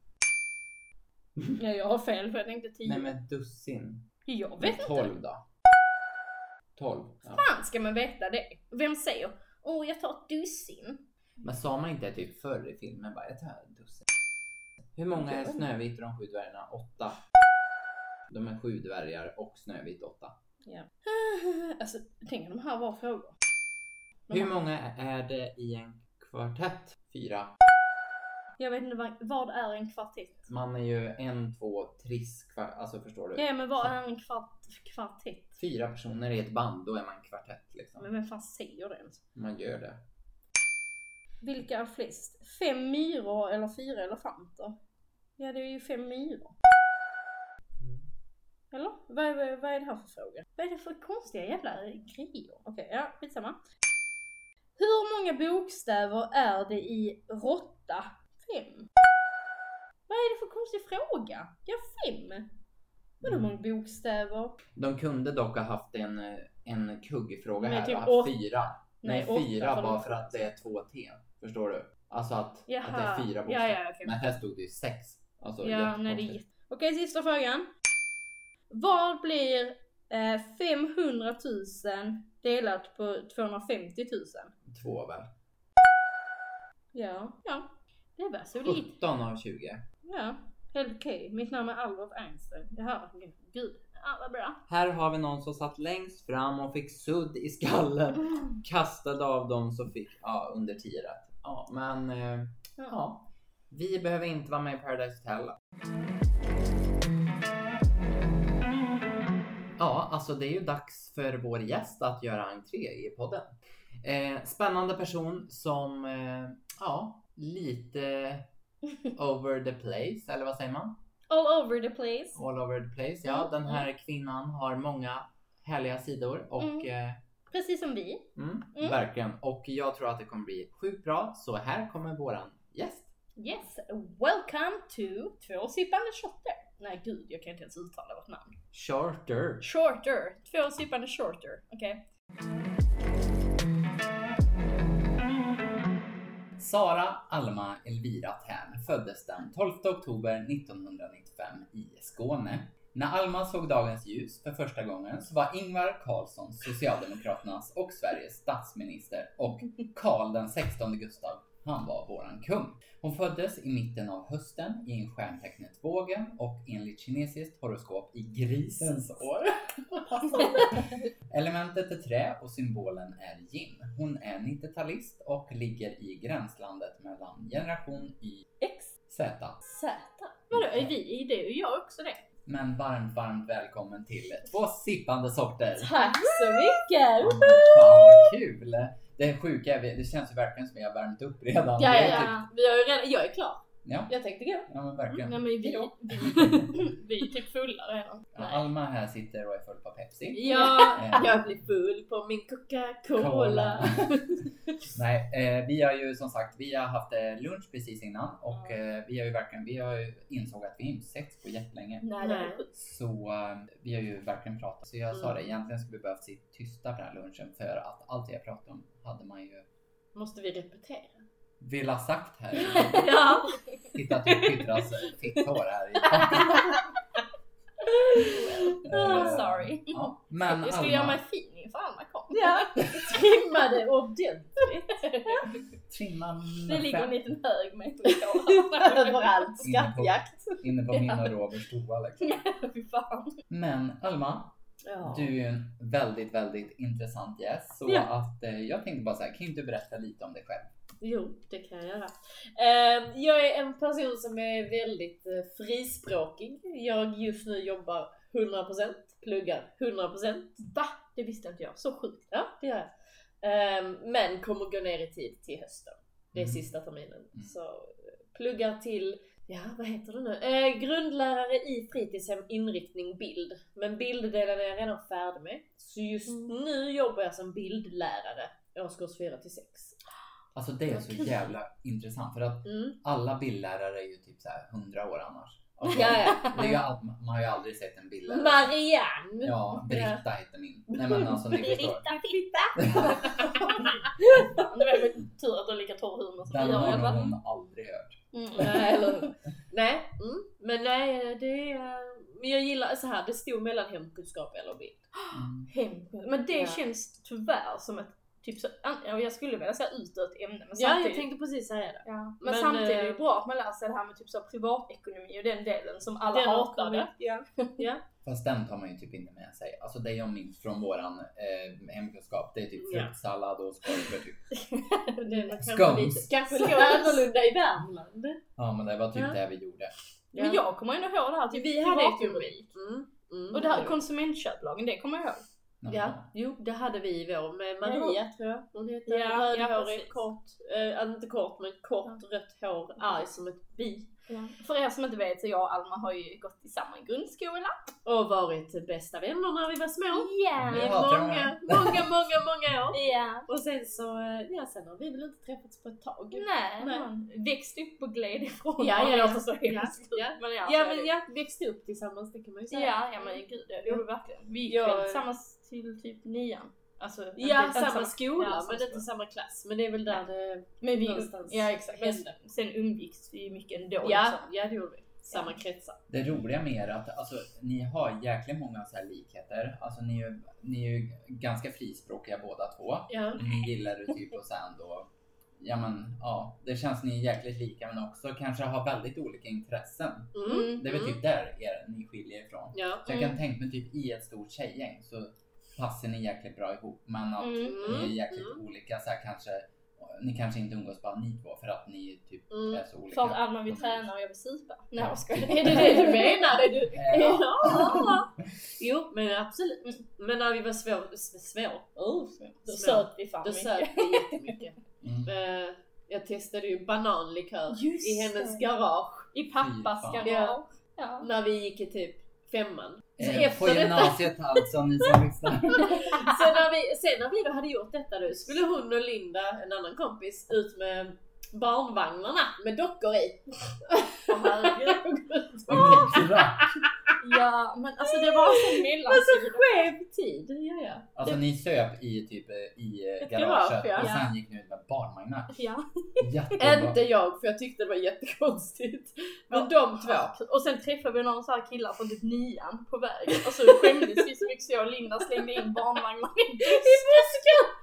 Speaker 2: Ja, jag har fel för jag tänkte tio.
Speaker 3: Nej, men dussin.
Speaker 2: Jag vet inte.
Speaker 3: tolv då. tolv. Ja.
Speaker 2: Fan ska man veta det? Vem säger, åh oh, jag tar ett dussin?
Speaker 3: Men sa man inte typ förr i filmen bara, jag tar ett dussin. Hur många är Snövit och de sju dvärgarna? Åtta. De är sju dvärgar och Snövit åtta.
Speaker 2: Ja. Alltså, tänk de här var frågor. De
Speaker 3: Hur
Speaker 2: här...
Speaker 3: många är det i en kvartett? Fyra.
Speaker 2: Jag vet inte, vad, vad är en kvartett?
Speaker 3: Man är ju en, två, triss kvart, alltså förstår du?
Speaker 2: Ja, men vad är en kvart, kvartett?
Speaker 3: Fyra personer i ett band, då är man kvartett liksom.
Speaker 2: Men vem fan säger det ens?
Speaker 3: Man gör det.
Speaker 2: Vilka är flest? Fem myror eller fyra elefanter? Ja, det är ju fem myror.
Speaker 3: Mm.
Speaker 2: Eller? Vad är, vad är det här för fråga? Vad är det för konstiga jävla grejer? Okej, okay, ja, skitsamma. Hur många bokstäver är det i råtta? Fem. Vad är det för konstig fråga? Ja, fem. Vad är det många bokstäver?
Speaker 3: De kunde dock ha haft en, en kuggfråga här
Speaker 2: typ
Speaker 3: och haft
Speaker 2: åt...
Speaker 3: fyra. Nej,
Speaker 2: Nej
Speaker 3: fyra
Speaker 2: för
Speaker 3: bara
Speaker 2: de...
Speaker 3: för att det är två T. Förstår du? Alltså att, att det
Speaker 2: Jaha.
Speaker 3: är fyra bokstäver.
Speaker 2: Ja, ja, okay.
Speaker 3: Men här stod det ju sex. Alltså,
Speaker 2: ja, nej, det är
Speaker 3: jättekonstigt.
Speaker 2: Okej, sista frågan. Vad blir eh, femhundratusen delat på tvåhundrafemtiotusen?
Speaker 3: Två väl?
Speaker 2: Ja, ja. Det var solidt.
Speaker 3: sjutton av tjugo.
Speaker 2: Ja, helt okej. Okay. Mitt namn är Albert Einstein. Jaha, gud. Ja, vad bra.
Speaker 3: Här har vi någon som satt längst fram och fick sudd i skallen.
Speaker 2: Mm.
Speaker 3: Kastade av dem som fick ja, under tio rätt. Ja, men eh,
Speaker 2: Ja.
Speaker 3: ja. Vi behöver inte vara med i Paradise Hotel. Ja, alltså det är ju dags för vår gäst att göra entré i podden. Eh, spännande person som, eh, ja, lite over the place, eller vad säger man?
Speaker 2: All over the place.
Speaker 3: All over the place, ja.
Speaker 2: Mm,
Speaker 3: Den här kvinnan har många härliga sidor och
Speaker 2: Mm.
Speaker 3: eh,
Speaker 2: Precis som vi.
Speaker 3: mm,
Speaker 2: Mm.
Speaker 3: verkligen. Och jag tror att det kommer bli sjukt bra. Så här kommer våran gäst.
Speaker 2: Yes, welcome to Två sippande shorter. Nej gud, jag kan inte ens uttala vårt namn.
Speaker 3: Shorter.
Speaker 2: Shorter. Två sippande shorter. Okej.
Speaker 3: Sara Alma Elvira Tern föddes den tolfte oktober nittonhundranittiofem i Skåne. När Alma såg dagens ljus för första gången så var Ingvar Carlsson Socialdemokraternas och Sveriges statsminister och Karl den sextonde Gustav, han var våran kung. Hon föddes i mitten av hösten i en stjärntecknet Vågen och enligt kinesiskt horoskop i grisens år. Elementet är trä och symbolen är yin. Hon är nittiotalist och ligger i gränslandet mellan generation Y
Speaker 2: X.
Speaker 3: Z.
Speaker 2: Z. Vadå, är vi i det? Och jag också det.
Speaker 3: Men varmt, varmt välkommen till Två sippande sorter.
Speaker 2: Tack så mycket!
Speaker 3: Ja, men fan vad kul! Det sjuka är, det känns ju verkligen som att jag har värmt upp redan.
Speaker 2: Ja,
Speaker 3: Det
Speaker 2: ja,
Speaker 3: är
Speaker 2: ja.
Speaker 3: typ-
Speaker 2: Vi har ju redan, jag är klar.
Speaker 3: Ja,
Speaker 2: Jag tänkte gå.
Speaker 3: ja men verkligen.
Speaker 2: Nej men vi,
Speaker 3: Hejdå.
Speaker 2: vi, vi är typ fulla redan.
Speaker 3: Ja, Alma här sitter och är full på Pepsi.
Speaker 2: Ja,
Speaker 3: Eh.
Speaker 2: jag blir full på min Coca-Cola.
Speaker 3: Nej, eh, vi har ju som sagt, vi har haft eh, lunch precis innan och eh, vi har ju verkligen, vi har ju insåg att vi inte sex på jättelänge.
Speaker 2: Nej, det är sjukt.
Speaker 3: Så eh, vi har ju verkligen pratat. Så jag sa det, egentligen skulle vi behövt sitta tysta på den här lunchen för att allt jag pratade om hade man ju
Speaker 2: Måste vi repetera?
Speaker 3: vill ha sagt här.
Speaker 2: Ja.
Speaker 3: Titta typ Pytras fitthår här i
Speaker 2: Oh,
Speaker 3: Eh,
Speaker 2: sorry.
Speaker 3: Ja, men
Speaker 2: Jag skulle
Speaker 3: Alma,
Speaker 2: göra mig fin inför Alma kom.
Speaker 1: Ja, trimma det ordentligt.
Speaker 3: trimma
Speaker 2: Det ligger en liten hög med
Speaker 1: Överallt, skattjakt.
Speaker 3: inne på min och Roberts toa liksom.
Speaker 2: Fy fan.
Speaker 3: Men Alma,
Speaker 1: Ja.
Speaker 3: Du är ju en väldigt, väldigt intressant gäst. Så
Speaker 1: Ja.
Speaker 3: att eh, jag tänkte bara så här, kan inte du berätta lite om dig själv?
Speaker 1: Jo, det kan jag göra. Eh, jag är en person som är väldigt eh, frispråkig. Jag just nu jobbar hundra procent, pluggar hundra procent.
Speaker 2: Va? Det visste inte jag. Så sjukt.
Speaker 1: Ja, det gör jag. Eh, men kommer gå ner i tid till hösten. Det är
Speaker 3: Mm.
Speaker 1: sista terminen.
Speaker 3: Mm.
Speaker 1: Så eh, pluggar till, ja vad heter det nu? Eh, grundlärare i fritidshem, inriktning bild. Men bilddelen är jag redan färdig med. Så just
Speaker 2: Mm.
Speaker 1: nu jobbar jag som bildlärare. Årskurs fyra till sex.
Speaker 3: Alltså det är så jävla intressant för att
Speaker 1: Mm.
Speaker 3: alla bildlärare är ju typ så här hundra år annars. Alltså,
Speaker 1: Ja, ja.
Speaker 3: det är ju all, man har ju aldrig sett en bildlärare.
Speaker 1: Marianne!
Speaker 3: Ja, Britta heter min. Nej men alltså ni förstår.
Speaker 2: Britta. Det var ju tur att du har lika torr humor som
Speaker 3: Den
Speaker 2: vi har i
Speaker 3: har
Speaker 2: alla fall.
Speaker 3: hon aldrig hört.
Speaker 2: Mm.
Speaker 1: Nej, eller hur? Nej, mm. men nej, det är... Men jag gillar så här, det stod mellan hemkunskap eller bild.
Speaker 3: Mm.
Speaker 2: Hem. Men det
Speaker 1: Ja.
Speaker 2: känns tyvärr som ett typ så, och jag skulle vilja säga utåt ämne, men
Speaker 1: Ja,
Speaker 2: samtidigt,
Speaker 1: jag tänkte precis säga det.
Speaker 2: ja, men,
Speaker 1: Men,
Speaker 2: samtidigt är det
Speaker 1: eh,
Speaker 2: bra att man lär sig det här med typ så privatekonomi och den delen som alla
Speaker 1: Den har
Speaker 2: hatade.
Speaker 1: kommit. Ja. Ja.
Speaker 3: Fast den tar man ju typ inte med sig. Alltså det jag minns från våran eh, hemkunskap, det är typ
Speaker 1: Ja.
Speaker 3: fruktsallad och skorpor typ.
Speaker 1: Det var kanske
Speaker 3: Skums.
Speaker 1: lite, kanske lite annorlunda i Värmland.
Speaker 3: Ja men det var typ
Speaker 1: Ja.
Speaker 3: det vi gjorde.
Speaker 1: Ja.
Speaker 2: Men jag kommer ändå ihåg det här typ
Speaker 1: Vi hade
Speaker 2: privatekonomi.
Speaker 1: Mm. Mm.
Speaker 2: Och det här konsumentköplagen, det kommer jag ihåg.
Speaker 3: Jaha.
Speaker 1: Ja, jo, det hade vi i vår med Maria, tror jag. Hon heter
Speaker 2: Ja, ja,
Speaker 1: rödhårig,
Speaker 2: precis.
Speaker 1: kort, eh, inte kort men kort rött hår, arg som ett bi.
Speaker 2: Ja. För er som inte vet så jag och Alma har ju gått i samma grundskola.
Speaker 1: Och varit bästa vänner när vi var små.
Speaker 2: Ja.
Speaker 1: I
Speaker 3: Ja, tror
Speaker 1: många, många, många, många år.
Speaker 2: Ja.
Speaker 1: Och sen så, eh, ja sen har vi väl inte träffats på ett tag.
Speaker 2: Nej,
Speaker 1: Nej.
Speaker 2: man växte upp och gled ifrån.
Speaker 1: Ja, ja,
Speaker 2: det
Speaker 1: ja.
Speaker 2: låter så hemskt.
Speaker 1: Ja, ja.
Speaker 2: Men ja,
Speaker 1: Ja
Speaker 2: så är
Speaker 1: men
Speaker 2: det.
Speaker 1: ja, växte upp tillsammans, det kan man ju säga.
Speaker 2: Ja, ja men gud, det gjorde vi verkligen. Vi gick
Speaker 1: Jag-
Speaker 2: väl tillsammans till typ nian. Alltså,
Speaker 1: Ja,
Speaker 2: inte- inte
Speaker 1: samma skola
Speaker 2: ja,
Speaker 1: men
Speaker 2: samma
Speaker 1: inte
Speaker 2: skola.
Speaker 1: samma klass. Men det är väl där det...
Speaker 2: Men vi,
Speaker 1: någonstans
Speaker 2: ja exakt. Men
Speaker 1: hände.
Speaker 2: sen umgicks vi mycket ändå.
Speaker 1: Ja,
Speaker 2: liksom.
Speaker 1: ja det gjorde vi. Samma
Speaker 2: Ja.
Speaker 1: kretsar.
Speaker 3: Det roliga med er är att alltså, ni har jäkligt många så här likheter. Alltså ni är, ju- ni är ju ganska frispråkiga båda två.
Speaker 1: Ja.
Speaker 3: Ni gillar det typ och sen då, ja men ja, det känns ni är jäkligt lika men också kanske har väldigt olika intressen.
Speaker 1: Mm.
Speaker 3: Det är väl
Speaker 1: mm.
Speaker 3: typ där er, ni skiljer ifrån.
Speaker 1: Ja.
Speaker 3: Så jag kan tänka mig typ i ett stort tjejgäng så passar ni jäkligt bra ihop men att
Speaker 2: Mm.
Speaker 3: ni är jäkligt
Speaker 1: Mm.
Speaker 3: olika så här kanske, ni kanske inte umgås bara ni två för att ni typ
Speaker 1: Mm.
Speaker 3: är så olika.
Speaker 2: För att Alma vill träna och jag vill supa. Nej
Speaker 3: Ja.
Speaker 2: jag skojar.
Speaker 1: Är det det du menar? Är du...
Speaker 3: Ja.
Speaker 1: Ja. Jo, men absolut. Men när vi var svår, svår. Oh,
Speaker 2: Då
Speaker 1: små.
Speaker 2: söt vi fan
Speaker 1: Då
Speaker 2: mycket.
Speaker 1: söp vi jättemycket.
Speaker 3: Mm.
Speaker 1: Eh, Jag testade ju bananlikör
Speaker 2: Just
Speaker 1: i hennes
Speaker 2: det.
Speaker 1: garage
Speaker 2: I pappas
Speaker 3: Fy fan.
Speaker 2: garage. Ja.
Speaker 1: när vi gick i typ femman. Så
Speaker 3: Eh,
Speaker 1: efter
Speaker 3: på
Speaker 1: detta,
Speaker 3: gymnasiet alltså, ni som lyssnar.
Speaker 1: sen, när vi, sen när vi då hade gjort detta då skulle hon och Linda, en annan kompis, ut med barnvagnarna med dockor i.
Speaker 2: Åh, herregud.
Speaker 3: Drack.
Speaker 2: Ja, men alltså det var en sån
Speaker 1: Det var så
Speaker 2: mellantid.
Speaker 1: skev tid. Ja, ja.
Speaker 3: Alltså ni söp i typ eh, i
Speaker 1: Ett
Speaker 3: garaget
Speaker 1: garage, ja.
Speaker 3: och sen gick ni ut med barnvagnar.
Speaker 2: Ja.
Speaker 3: Jättebra.
Speaker 1: Inte jag, för jag tyckte det var jättekonstigt. Men de två.
Speaker 2: Och sen träffade vi någon så här killar från typ nian på väg. Och så skämdes vi så mycket så jag och Linda slängde in barnvagnar i busken.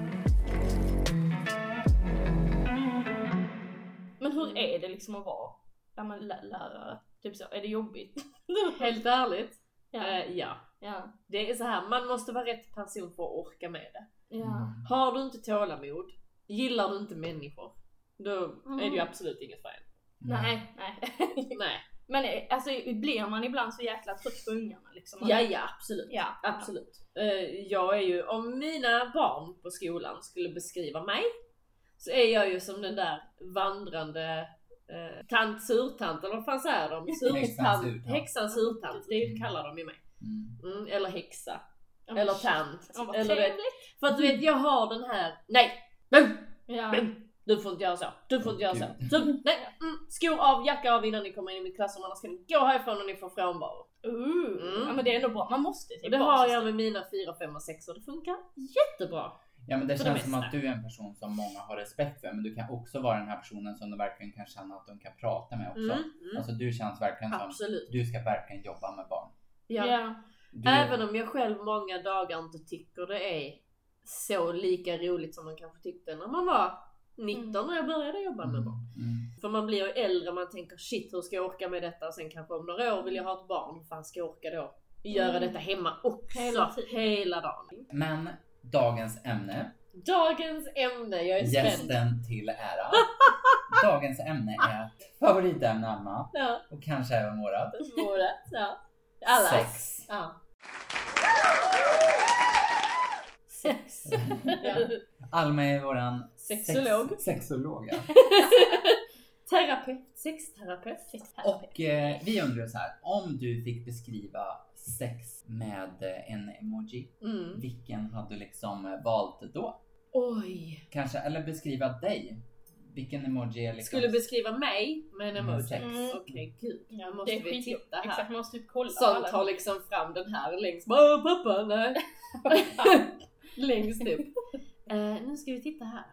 Speaker 2: Men hur är det liksom att vara där man lä- lärare? Typ så, är det jobbigt?
Speaker 1: Helt ärligt.
Speaker 2: Ja.
Speaker 1: Eh, ja.
Speaker 2: Ja.
Speaker 1: Det är så här, man måste vara rätt person för att orka med det.
Speaker 2: Ja.
Speaker 1: Har du inte tålamod, gillar du inte människor, då är det ju
Speaker 2: Mm.
Speaker 1: absolut inget för en.
Speaker 2: Nej, nej.
Speaker 1: Nej.
Speaker 2: Men eh, alltså blir man ibland så jäkla trött på ungarna liksom?
Speaker 1: Ja, ja, absolut.
Speaker 2: Ja.
Speaker 1: Absolut. Eh, Jag är ju, om mina barn på skolan skulle beskriva mig, så är jag ju som den där vandrande eh, tant, surtant, eller vad fan säger de?
Speaker 3: Häxan,
Speaker 1: Surtant,
Speaker 3: surtant.
Speaker 1: häxan, surtant, det kallar de ju mig.
Speaker 3: Mm.
Speaker 1: Mm, eller häxa,
Speaker 2: Ja,
Speaker 1: eller
Speaker 2: shit.
Speaker 1: tant.
Speaker 2: Ja, vad
Speaker 1: eller vet,
Speaker 2: trevligt.
Speaker 1: för att du vet, jag har den här, nej, men,
Speaker 2: Ja.
Speaker 1: men, du får inte göra så, du får inte göra så.
Speaker 3: Gud.
Speaker 1: så nej, mm, skor av, jacka av innan ni kommer in i mitt klassrum, annars ska ni gå härifrån och ni får frånvaro.
Speaker 2: Uh,
Speaker 1: Mm.
Speaker 2: Ja men det är ändå bra, man måste
Speaker 1: Och
Speaker 2: typ
Speaker 1: det
Speaker 2: vara
Speaker 1: har
Speaker 2: så
Speaker 1: jag med mina fyra, fem och sex och det funkar jättebra.
Speaker 3: Ja men det
Speaker 1: För det
Speaker 3: känns som
Speaker 1: mesta.
Speaker 3: att du är en person som många har respekt för men du kan också vara den här personen som de verkligen kan känna att de kan prata med också.
Speaker 1: Mm, mm.
Speaker 3: Alltså du känns verkligen som
Speaker 1: Absolut.
Speaker 3: du ska verkligen jobba med barn.
Speaker 1: Ja.
Speaker 2: Ja.
Speaker 3: Du,
Speaker 1: Även om jag själv många dagar inte tycker det är så lika roligt som man kanske tyckte när man var nitton
Speaker 2: Mm.
Speaker 1: när jag började jobba med barn.
Speaker 3: Mm.
Speaker 1: För man blir ju äldre, man tänker shit hur ska jag orka med detta, och sen kanske om några år vill jag ha ett barn, hur fan ska jag orka då? göra
Speaker 2: Mm.
Speaker 1: detta hemma också.
Speaker 2: Hela tiden.
Speaker 1: Hela dagen.
Speaker 3: Men dagens ämne,
Speaker 1: Dagens ämne, jag är spänd.
Speaker 3: gästen till ära. Dagens ämne är ett favoritämne, Alma.
Speaker 1: Ja,
Speaker 3: Och kanske även vårat.
Speaker 1: vårat. Ja. Alla.
Speaker 3: Sex.
Speaker 1: Ja. Sex. Ja.
Speaker 3: Alma är våran
Speaker 1: Sexolog.
Speaker 3: Sex, sexolog ja.
Speaker 1: Terapeut. Sexterapeut.
Speaker 3: Och eh, vi undrar så här, om du fick beskriva sex med eh, en emoji,
Speaker 1: Mm.
Speaker 3: vilken hade du liksom valt då?
Speaker 1: Oj.
Speaker 3: Kanske, eller beskriva dig. Vilken emoji är liksom...
Speaker 1: Skulle beskriva mig med en
Speaker 3: Mm,
Speaker 1: emoji.
Speaker 3: sex.
Speaker 1: Mm. Okej, gud.
Speaker 2: Ja,
Speaker 1: Nu måste
Speaker 2: det är
Speaker 1: vi
Speaker 2: skit-
Speaker 1: titta här.
Speaker 2: Exakt, man måste typ kolla
Speaker 1: Sånt
Speaker 2: alla.
Speaker 1: tar liksom fram den här längst. Åh, pappa, nej. Längst upp. Eh, nu ska vi titta här.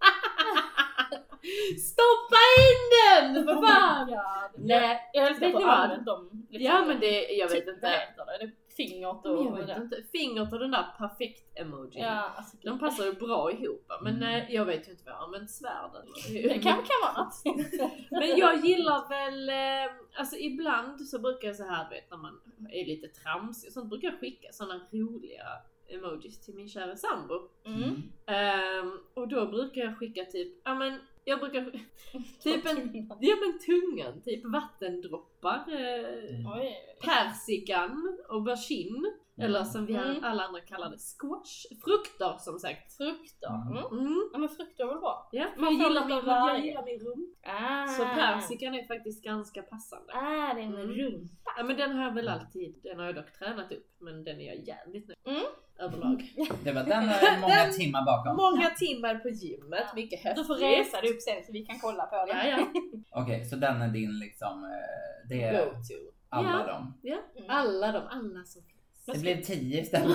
Speaker 1: Stoppa in den! Vad fan?
Speaker 2: Ja,
Speaker 1: Nej,
Speaker 2: jag älskar
Speaker 1: vet
Speaker 2: att
Speaker 1: ni
Speaker 2: du
Speaker 1: vad?
Speaker 2: använt dem. Liksom,
Speaker 1: Ja, men det, jag vet
Speaker 2: typ,
Speaker 1: inte.
Speaker 2: vad heter det? Det är fingret
Speaker 1: Men
Speaker 2: och...
Speaker 1: jag vet inte. Fingret och den där perfekt emoji.
Speaker 2: Ja, alltså,
Speaker 1: De passar ju bra ihop. Men
Speaker 3: Mm.
Speaker 1: eh, jag vet ju inte vad jag har använt svärden.
Speaker 2: det kan, kan vara något.
Speaker 1: Men jag gillar väl, eh, alltså ibland så brukar jag så här, vet, när man är lite tramsig och sånt, brukar jag skicka sådana roliga emojis till min kära sambo.
Speaker 2: Mm.
Speaker 1: Ehm, och då brukar jag skicka typ, ja men jag brukar typ en, ja men tungan, typ vattendroppar, eh,
Speaker 2: Oj.
Speaker 1: persikan, aubergine, eller som vi
Speaker 2: Mm.
Speaker 1: alla andra kallar det, squash, frukter som sagt.
Speaker 2: Frukter. Mm.
Speaker 1: Mm.
Speaker 2: Ja, men frukter är väl bra?
Speaker 1: Ja,
Speaker 2: Man
Speaker 1: jag
Speaker 2: får
Speaker 1: gillar,
Speaker 2: lite
Speaker 1: min,
Speaker 2: varje.
Speaker 1: jag gillar min rum.
Speaker 2: Ah.
Speaker 1: Så persikan är faktiskt ganska passande.
Speaker 2: Ah, det är en
Speaker 1: Mm.
Speaker 2: rumpa.
Speaker 1: Ja men den har jag väl alltid, den har jag dock tränat upp, men den är jag jävligt nöjd med.
Speaker 2: Mm.
Speaker 1: Överlag.
Speaker 3: Det var den är många
Speaker 1: Den-
Speaker 3: timmar bakom.
Speaker 1: Många timmar på gymmet,
Speaker 2: Ja.
Speaker 1: mycket häftigt.
Speaker 2: Du får resa dig upp sen så vi kan kolla på det.
Speaker 1: Ja, ja.
Speaker 3: Okej, så den är din liksom, eh, det är
Speaker 1: Go to.
Speaker 3: alla
Speaker 1: ja.
Speaker 3: dem.
Speaker 1: Ja,
Speaker 2: Mm.
Speaker 1: alla de, alla som finns.
Speaker 3: Det blev tio istället.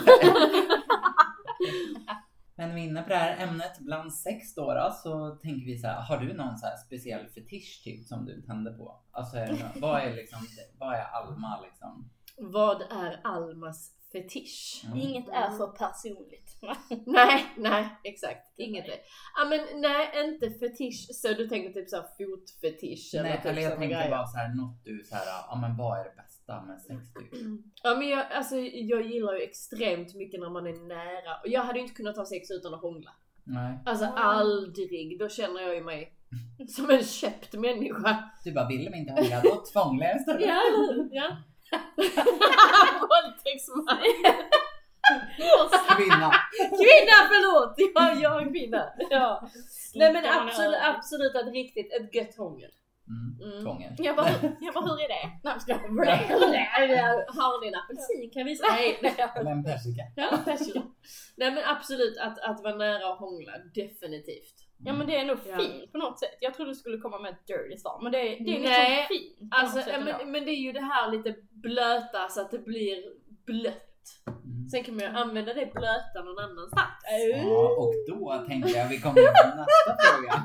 Speaker 3: Men vi är inne på det här ämnet bland sex då, då så tänker vi så här, har du någon så här speciell fetisch typ som du tänder på? Alltså är det nå- vad är liksom, vad är Alma liksom?
Speaker 1: Vad är Almas fetisch?
Speaker 3: Mm.
Speaker 2: Inget är för personligt.
Speaker 1: Nej, nej, exakt. Inget är. Ja men nej, inte fetisch. Så du tänker typ såhär fotfetisch eller
Speaker 3: Nej,
Speaker 1: typ
Speaker 3: eller jag
Speaker 1: såna
Speaker 3: tänkte
Speaker 1: grejer.
Speaker 3: bara så här, något du så här, ja men vad är det bästa med sex typ?
Speaker 1: Ja men jag, alltså, jag gillar ju extremt mycket när man är nära. Och jag hade ju inte kunnat ha sex utan att hångla.
Speaker 3: Nej,
Speaker 1: Alltså
Speaker 2: Ah.
Speaker 1: aldrig. Då känner jag ju mig som en köpt människa.
Speaker 3: du bara ville mig inte hångla, då tvånglade jag istället.
Speaker 1: Ja, eller hur? Ja. Våldtäktsman.
Speaker 3: Kvinna.
Speaker 1: Kvinna, förlåt! Ja, jag är kvinna. Ja. Nej men
Speaker 2: Kan man
Speaker 1: absolut,
Speaker 2: göra?
Speaker 1: absolut ett riktigt, ett gött hångel.
Speaker 3: Mm,
Speaker 1: Mm.
Speaker 3: tvången.
Speaker 2: Jag bara, jag bara, hur är det? Nej, jag ska
Speaker 1: Har ni en apelsin kan vi säga? Nej, nej.
Speaker 3: Eller en persika.
Speaker 1: Ja, persika. Nej men absolut att, att vara nära och hångla, definitivt.
Speaker 2: Ja men det är nog
Speaker 1: Ja.
Speaker 2: fint på något sätt. Jag trodde du skulle komma med ett dirty svar. Men det, är- det är
Speaker 1: Nej,
Speaker 2: liksom fint på
Speaker 1: Alltså,
Speaker 2: något sätt
Speaker 1: ja,
Speaker 2: ändå.
Speaker 1: men, men det är ju det här lite blöta så att det blir blött.
Speaker 3: Mm.
Speaker 1: Sen kan man ju använda det blöta någon annanstans.
Speaker 3: Ja, och då tänkte jag vi kommer till nästa fråga.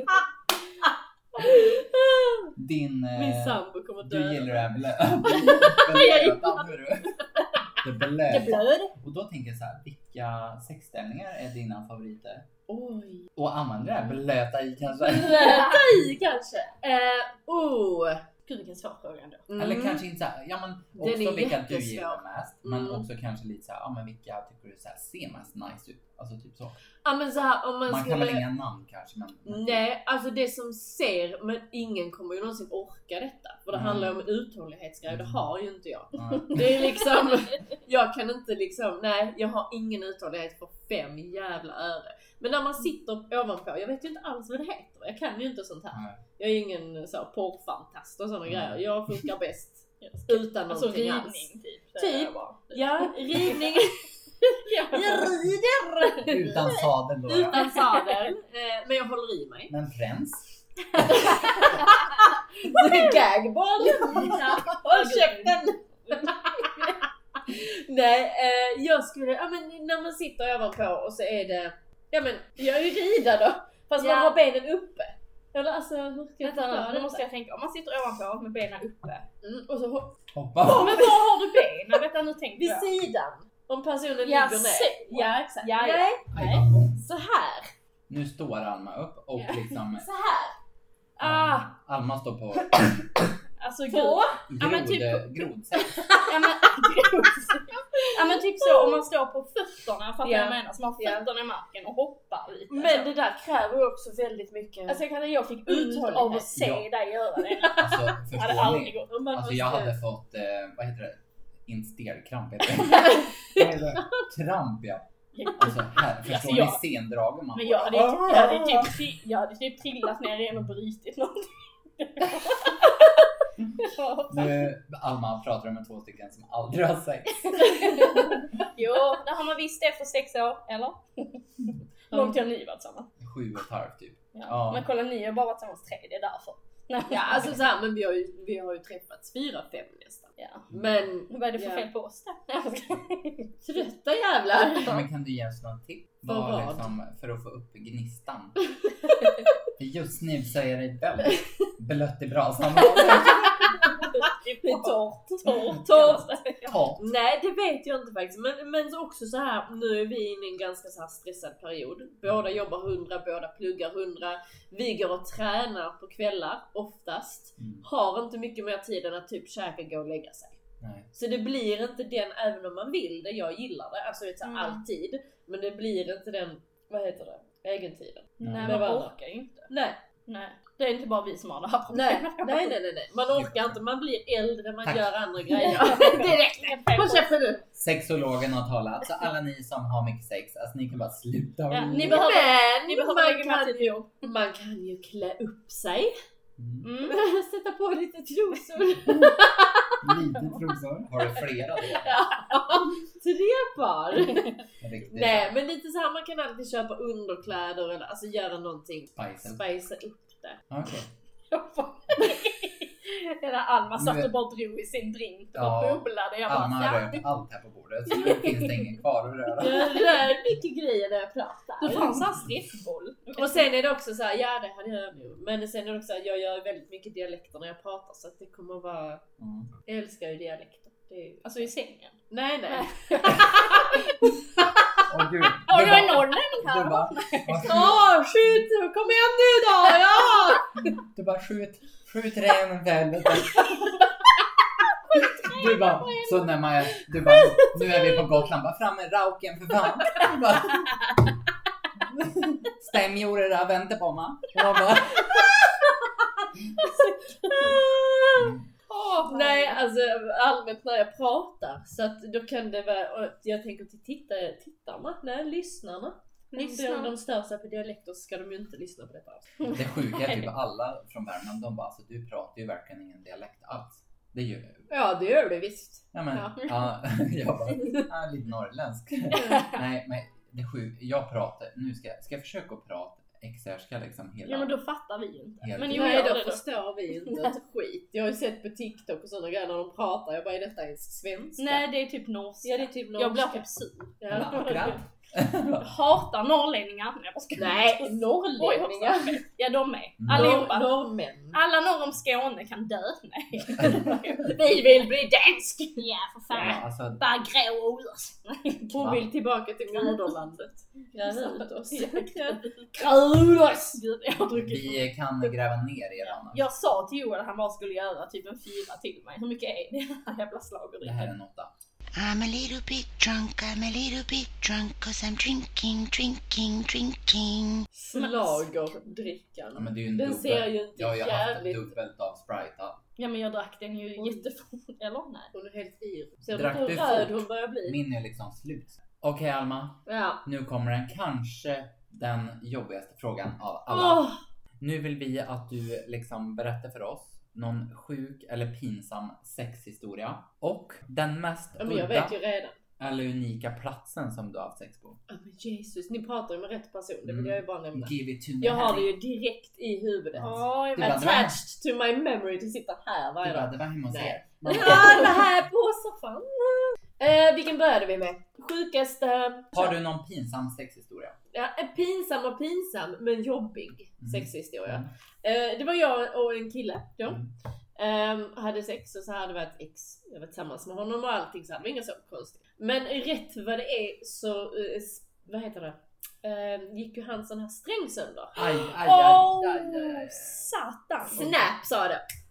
Speaker 3: Din... eh,
Speaker 1: Min sambo kommer dö.
Speaker 3: Du gillar det här blö...
Speaker 1: Jag gillar
Speaker 3: blöta, hörru. Det
Speaker 2: Det
Speaker 3: blöta.
Speaker 2: blöd.
Speaker 3: Och då tänker jag så här, vilka sexställningar är dina favoriter?
Speaker 1: Oj.
Speaker 3: Och använder det här blöta i kanske?
Speaker 1: Blöta i kanske. Eh, oh.
Speaker 2: Gud vilken svår fråga ändå.
Speaker 1: Mm.
Speaker 3: Eller kanske inte så här, ja men
Speaker 1: Den
Speaker 3: också
Speaker 1: är
Speaker 3: vilka du
Speaker 1: jättesvår.
Speaker 3: gillar mest. Men
Speaker 1: Mm.
Speaker 3: också kanske lite så här, ja men vilka tycker du så här, ser mest nice ut? Alltså typ så.
Speaker 1: Ja men så här, om man,
Speaker 3: Man
Speaker 1: skulle...
Speaker 3: kan väl inga namn kanske men... men
Speaker 1: Nej, alltså det som ser, men ingen kommer ju någonsin orka detta. För det
Speaker 3: Mm.
Speaker 1: handlar om en uthållighetsgrej, det har ju inte jag.
Speaker 3: Ja.
Speaker 1: Det är liksom, jag kan inte liksom, nej jag har ingen uthållighet för fem jävla öre. Men när man sitter ovanpå, jag vet ju inte alls vad det heter, jag kan ju inte sånt här.
Speaker 3: Nej.
Speaker 1: Jag är ingen så här porrfantast och sådana
Speaker 3: Mm.
Speaker 1: grejer, jag funkar bäst utan
Speaker 2: Alltså
Speaker 1: någonting
Speaker 2: ridning
Speaker 1: alls.
Speaker 2: typ. Så
Speaker 1: Typ.
Speaker 2: är det bara.
Speaker 1: Ja, ridning,
Speaker 2: Ja.
Speaker 1: jag rider!
Speaker 3: Utan sadel då. Ja.
Speaker 1: Utan sadel, eh, men jag håller i mig.
Speaker 3: Men träns.
Speaker 1: Gagball! Ja, håll käften! Nej, eh, jag skulle, ja men när man sitter ovanpå och så är det, ja men jag är ju rida då, fast
Speaker 2: Ja.
Speaker 1: man har benen uppe. Eller alltså, hur ska jag
Speaker 2: Vänta
Speaker 1: förklara
Speaker 2: nu, nu
Speaker 1: detta?
Speaker 2: måste jag tänka. Om man sitter ovanpå med benen uppe.
Speaker 1: Mm, och så ho-
Speaker 3: Hoppa.
Speaker 2: Men var har du benen? Vänta nu tänkte
Speaker 1: vid
Speaker 2: jag.
Speaker 1: sidan, om personen
Speaker 2: Ja,
Speaker 1: ligger
Speaker 2: så.
Speaker 1: ner. Ja, exakt.
Speaker 2: Ja, ja.
Speaker 1: Nej,
Speaker 3: Nej.
Speaker 1: så här.
Speaker 3: Nu står Alma upp och
Speaker 2: Ja.
Speaker 3: liksom...
Speaker 1: Så här. Ah,
Speaker 3: Alma står på...
Speaker 2: Alltså gud.
Speaker 1: Två?
Speaker 2: Ja, men typ-
Speaker 3: Grod, grodsex.
Speaker 2: Ja men, ja men typ så om man står på fötterna, fattar
Speaker 1: Ja.
Speaker 2: jag menar, så man har
Speaker 1: Ja.
Speaker 2: fötterna i marken och hoppar lite.
Speaker 1: Men
Speaker 2: så.
Speaker 1: det där kräver ju också väldigt mycket.
Speaker 2: Alltså jag kan jag fick ut av att se
Speaker 3: Ja.
Speaker 2: dig göra det.
Speaker 3: Alltså
Speaker 2: Jag hade
Speaker 3: förstår
Speaker 2: aldrig
Speaker 3: ni?
Speaker 2: gått.
Speaker 1: Om man
Speaker 3: Alltså
Speaker 1: måste-
Speaker 3: jag hade fått, eh, vad heter det? Instelkramp heter det. Vad heter det? Kramp ja. Alltså här, förstår
Speaker 2: Alltså,
Speaker 3: ni
Speaker 2: jag-
Speaker 3: sendragen man
Speaker 2: Men
Speaker 3: får?
Speaker 2: jag hade, jag hade, typ, tri- jag hade typ trillat ner igen och brutit någonting.
Speaker 3: Nu, Alma pratar med två stycken som aldrig har sex.
Speaker 2: Jo, det har man visst efter sex år, eller? Långt har ni varit samman.
Speaker 3: Sju och ett halvt typ.
Speaker 2: Ja.
Speaker 3: Ja.
Speaker 2: Men kolla, ni har bara varit tillsammans tre, det är därför. Nej.
Speaker 1: Ja, alltså så här, men vi har ju, vi har ju träffats fyra, fem nästan.
Speaker 2: Ja.
Speaker 1: Men
Speaker 2: Vad är det för
Speaker 1: Ja.
Speaker 2: fel på oss då?
Speaker 1: trötta jävlar.
Speaker 3: Ja, men kan du ge oss någon tips?
Speaker 1: För
Speaker 3: Vad
Speaker 1: vad?
Speaker 3: liksom, för att få upp gnistan? För just nu så är det väldigt blött i brasan.
Speaker 1: Det är torrt.
Speaker 2: Torrt.
Speaker 1: Torrt.
Speaker 3: Torrt.
Speaker 1: Nej, det vet jag inte faktiskt. Men, men också så här, nu är vi inne i en ganska så här stressad period. Båda jobbar hundra, båda pluggar hundra. Vi går och tränar på kvällar oftast.
Speaker 3: Mm.
Speaker 1: Har inte mycket mer tid än att typ käka, gå och lägga sig.
Speaker 3: Nej.
Speaker 1: Så det blir inte den, även om man vill det, jag gillar det, alltså det är så här,
Speaker 2: Mm.
Speaker 1: alltid. Men det blir inte den, vad heter det, egentiden.
Speaker 2: Nej,
Speaker 1: Med
Speaker 2: man
Speaker 1: varandra.
Speaker 2: orkar ju inte.
Speaker 1: Nej,
Speaker 2: Nej, det är inte bara vi som har det här
Speaker 1: nej,
Speaker 2: problemet.
Speaker 1: nej, nej, nej, nej. Man orkar inte, man blir äldre, man
Speaker 3: Tack.
Speaker 1: gör andra grejer.
Speaker 2: Direkt.
Speaker 1: Håll käften nu!
Speaker 3: Sexologen har talat, så alla ni som har mycket sex, alltså ni kan bara sluta.
Speaker 2: Ja, ni
Speaker 3: Mm.
Speaker 2: behöver,
Speaker 1: Men
Speaker 2: ni behöver
Speaker 1: man,
Speaker 2: lägga
Speaker 1: kan
Speaker 2: mat i
Speaker 1: ju,
Speaker 2: jord.
Speaker 1: man kan ju klä upp sig.
Speaker 3: Mm.
Speaker 2: Mm.
Speaker 1: Sätta på lite trosor.
Speaker 3: Lite trosor. Har du flera då?
Speaker 1: Tre par.
Speaker 3: Riktigt.
Speaker 1: Nej, men lite så här, man kan alltid köpa underkläder eller alltså göra någonting.
Speaker 3: Spice.
Speaker 1: Spicea upp det.
Speaker 3: Okej.
Speaker 2: Det där Alma satt
Speaker 3: Nu-
Speaker 2: och bara drog i sin drink och
Speaker 3: Ja.
Speaker 2: bubblade. Jag
Speaker 3: Alma
Speaker 2: bara,
Speaker 3: har
Speaker 2: ja.
Speaker 3: rört allt här på bordet, så nu finns det ingen kvar att röra.
Speaker 1: Jag rör mycket grejer när jag pratar.
Speaker 2: Du får en sån här stressboll.
Speaker 1: Och sen är det också så här, ja det hade jag nu. Men sen är det också så här, jag gör väldigt mycket dialekter när jag pratar så att det kommer att vara,
Speaker 3: Mm.
Speaker 1: jag älskar ju dialekter. Det är ju...
Speaker 2: Alltså i sängen.
Speaker 1: Nej nej.
Speaker 3: Åh gud.
Speaker 2: Har
Speaker 3: Du
Speaker 2: du
Speaker 3: bara-
Speaker 2: en norrlänning här?
Speaker 3: Du bara,
Speaker 1: Åh skjut! Kom igen nu då! Ja!
Speaker 3: du bara skjut, skjut ren väl. Du bara, så när man, du bara, nu är vi på Gotland, bara fram med rauken för fan. Du bara, stämjordet där väntar på mig. Och jag bara,
Speaker 1: Åh, nej, alltså allmänt när jag pratar så att då kan det vara, och jag tänker till titta, tittarna, nej lyssnarna.
Speaker 2: Lyssnarna.
Speaker 1: Om de stör sig på dialekter så ska de ju inte lyssna på detta.
Speaker 3: det sjuka är typ alla från Värmland, de bara, alltså du pratar ju verkligen ingen dialekt alls. Det gör ju.
Speaker 1: Ja det gör du visst.
Speaker 3: Ja men,
Speaker 1: Ja.
Speaker 3: ja, jag bara, ja, lite norrländsk. Nej men det är sjukt, jag pratar, nu ska, ska jag försöka att prata exerska liksom hela.
Speaker 2: Ja men då fattar vi ju inte.
Speaker 3: Helt
Speaker 2: Men jo,
Speaker 1: Nej
Speaker 2: gör
Speaker 1: då
Speaker 2: det då.
Speaker 1: förstår vi inte ett skit. Jag har ju sett på TikTok och sådana grejer när de pratar, jag bara är detta ens svenska?
Speaker 2: Nej det är typ norska.
Speaker 1: Ja det är typ
Speaker 2: Jag blir
Speaker 1: norska.
Speaker 2: typ sur.
Speaker 1: Ja.
Speaker 3: Akkurat.
Speaker 2: Hatar norrlänningar. Nej, jag bara skojar.
Speaker 1: Nej, norrlänningar.
Speaker 2: Oj, hoppsan. Ja de är.
Speaker 3: Mm.
Speaker 2: Allihopa.
Speaker 1: Norr, norrmän.
Speaker 2: Alla norr om Skåne kan dö. Nej.
Speaker 1: Vi vill bli dansk!
Speaker 2: Ja för
Speaker 3: Ja,
Speaker 2: fan.
Speaker 3: alltså,
Speaker 2: Bara grå och urs.
Speaker 1: Hon vill tillbaka till moderlandet. Gräva ut oss.
Speaker 2: Grå oss. Gud, jag har druckit.
Speaker 3: vi kan gräva ner er annars.
Speaker 2: Jag sa till Joel att han bara skulle göra typ en fyra till mig. Hur mycket är det? Det här jävla slaget.
Speaker 3: Det här är en åtta.
Speaker 6: I'm a little bit drunk, I'm a little bit drunk, cause I'm drinking, drinking, drinking.
Speaker 1: Schlagerdrickan.
Speaker 3: Ja, men det är ju en
Speaker 1: Den
Speaker 3: dubbel.
Speaker 1: ser ju inte
Speaker 3: Jag har ju haft ett
Speaker 1: jävligt...
Speaker 3: dubbelt av Sprite. Ja.
Speaker 2: Ja men jag drack den ju
Speaker 1: Oj.
Speaker 2: jättefort. Eller nej.
Speaker 1: Hon är helt yr. Ser du
Speaker 3: Drack
Speaker 1: hur
Speaker 3: du
Speaker 1: röd
Speaker 3: fort?
Speaker 1: hon börjar bli?
Speaker 3: Min är liksom slut. Okej Alma,
Speaker 1: Ja.
Speaker 3: nu kommer den kanske den jobbigaste frågan av alla.
Speaker 1: Åh!
Speaker 3: Nu vill vi att du liksom berättar för oss någon sjuk eller pinsam sexhistoria. Och den mest
Speaker 1: Ja, men jag
Speaker 3: udda
Speaker 1: vet ju redan.
Speaker 3: eller unika platsen som du har haft sex på.
Speaker 1: Ja, men Jesus, ni pratar ju med rätt person. Det vill
Speaker 3: Mm.
Speaker 1: jag ju bara nämna.
Speaker 3: Give it to me.
Speaker 1: Jag har det
Speaker 3: Harry.
Speaker 1: ju direkt i huvudet.
Speaker 2: Oj,
Speaker 3: Du bara,
Speaker 1: Attached to my memory till sitta här varje
Speaker 3: Det var,
Speaker 1: dag.
Speaker 3: det var hemma hos
Speaker 1: Nej.
Speaker 3: er.
Speaker 1: Ja, det här på soffan. Eh, vilken började vi med? Sjukaste...
Speaker 3: Har du någon pinsam sexhistoria?
Speaker 1: Ja, en pinsam och pinsam, men jobbig
Speaker 3: Mm.
Speaker 1: sexhistoria.
Speaker 3: Mm.
Speaker 1: Eh, det var jag och en kille då.
Speaker 3: Mm.
Speaker 1: Ehm, hade sex och så hade det varit ex. Jag var tillsammans med honom och allting så det var inget så konstigt. Men rätt vad det är så, eh, s- vad heter det? Ehm, gick ju hans sån här sträng sönder.
Speaker 3: Aj, aj, aj,
Speaker 2: Åh,
Speaker 3: aj, aj, aj.
Speaker 2: satan.
Speaker 1: Snap sa det.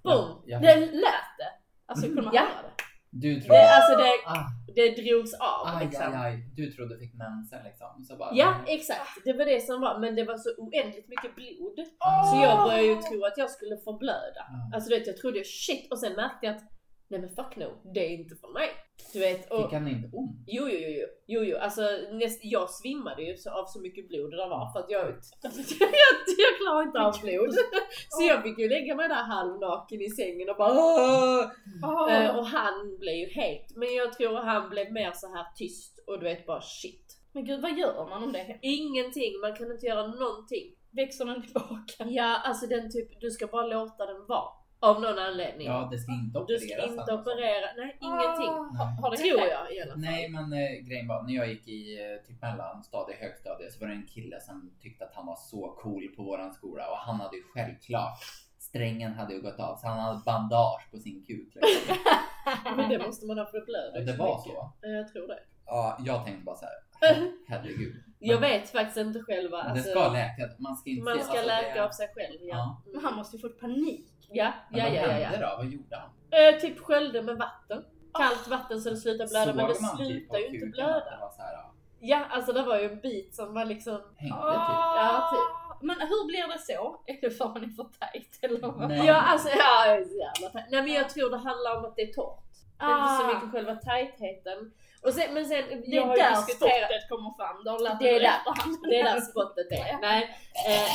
Speaker 1: Boom!
Speaker 3: Ja,
Speaker 2: Det lät det. Alltså kunde man
Speaker 1: Ja.
Speaker 2: höra det.
Speaker 3: Du trodde...
Speaker 1: Det, alltså det,
Speaker 3: Ah,
Speaker 1: det drogs av
Speaker 3: aj,
Speaker 1: liksom.
Speaker 3: aj, aj. Du trodde du fick mensen liksom. Så bara,
Speaker 1: Ja, exakt. Det var det som var. Men det var så oändligt mycket blod. Så jag började ju tro att jag skulle förblöda.
Speaker 3: Ja.
Speaker 1: Alltså du vet, jag trodde shit. Och sen märkte jag att nej men fuck no, det är inte för mig. Du vet, och...
Speaker 3: Fick han inte ont?
Speaker 1: Jo, jo, jo, jo, jo, jo. Alltså näst, jag svimmade ju så, av så mycket blod det där var. För att jag, alltså, jag, jag klarar inte av blod. Så jag fick ju lägga mig där halvnaken i sängen och bara Åh!
Speaker 2: Oh.
Speaker 1: Eh, och han blev ju helt, men jag tror han blev mer så här tyst och du vet bara shit.
Speaker 2: Men gud, vad gör man om det händer?
Speaker 1: Ingenting, man kan inte göra någonting.
Speaker 2: Växer den tillbaka?
Speaker 1: Ja, alltså den typ, du ska bara låta den vara. Av någon anledning.
Speaker 3: Ja, det ska inte
Speaker 1: Du
Speaker 3: opereras.
Speaker 1: ska inte
Speaker 3: alltså.
Speaker 1: operera, nej ingenting.
Speaker 2: Ah, har, har det
Speaker 1: Tror
Speaker 2: hänt?
Speaker 1: jag i alla fall.
Speaker 3: Nej, men eh, grejen var, när jag gick i eh, typ mellanstadie, högstadie, så var det en kille som tyckte att han var så cool på våran skola. Och han hade ju självklart, strängen hade ju gått av, så han hade bandage på sin kuk. Liksom.
Speaker 1: Men det måste man ha för att blöda.
Speaker 3: Och det var så.
Speaker 1: Ja, jag tror det.
Speaker 3: Ja, jag tänkte bara så här, her- herregud.
Speaker 1: Jag vet faktiskt inte själva.
Speaker 3: Men
Speaker 1: Alltså,
Speaker 3: det ska läka, man ska inte...
Speaker 1: man ska
Speaker 3: alltså,
Speaker 1: läka
Speaker 3: det...
Speaker 1: av sig själv, ja.
Speaker 3: Ja.
Speaker 2: Men han måste ju fått panik.
Speaker 1: Ja,
Speaker 3: Men
Speaker 1: ja,
Speaker 3: vad
Speaker 1: ja, ja,
Speaker 3: hände
Speaker 1: ja.
Speaker 3: då? Vad gjorde han?
Speaker 1: Eh, typ sköljde med vatten. Kallt vatten så det slutar blöda,
Speaker 3: Såg
Speaker 1: men det
Speaker 3: man typ
Speaker 1: slutar
Speaker 3: på
Speaker 1: ju inte
Speaker 3: kuken att det
Speaker 1: blöda.
Speaker 3: var så här, ja,
Speaker 1: Ja, alltså det var ju en bit som var liksom...
Speaker 3: hängde typ.
Speaker 1: Ja, typ.
Speaker 2: Men hur blir det så? Är det för att man är för tajt eller vad?
Speaker 3: Nej.
Speaker 1: Ja, alltså ja, jag är så jävla tajt. Nej men jag tror det handlar om att det är torrt. Det är inte så
Speaker 2: Ah.
Speaker 1: mycket själva tajtheten. Och sen, men sen,
Speaker 2: Det
Speaker 1: jag
Speaker 2: är
Speaker 1: har ju
Speaker 2: där
Speaker 1: diskuterat...
Speaker 2: spottet kommer fram. Då lät
Speaker 1: Det är
Speaker 2: det
Speaker 1: där.
Speaker 2: efterhand.
Speaker 1: Det är där spottet är. Nej. Eh,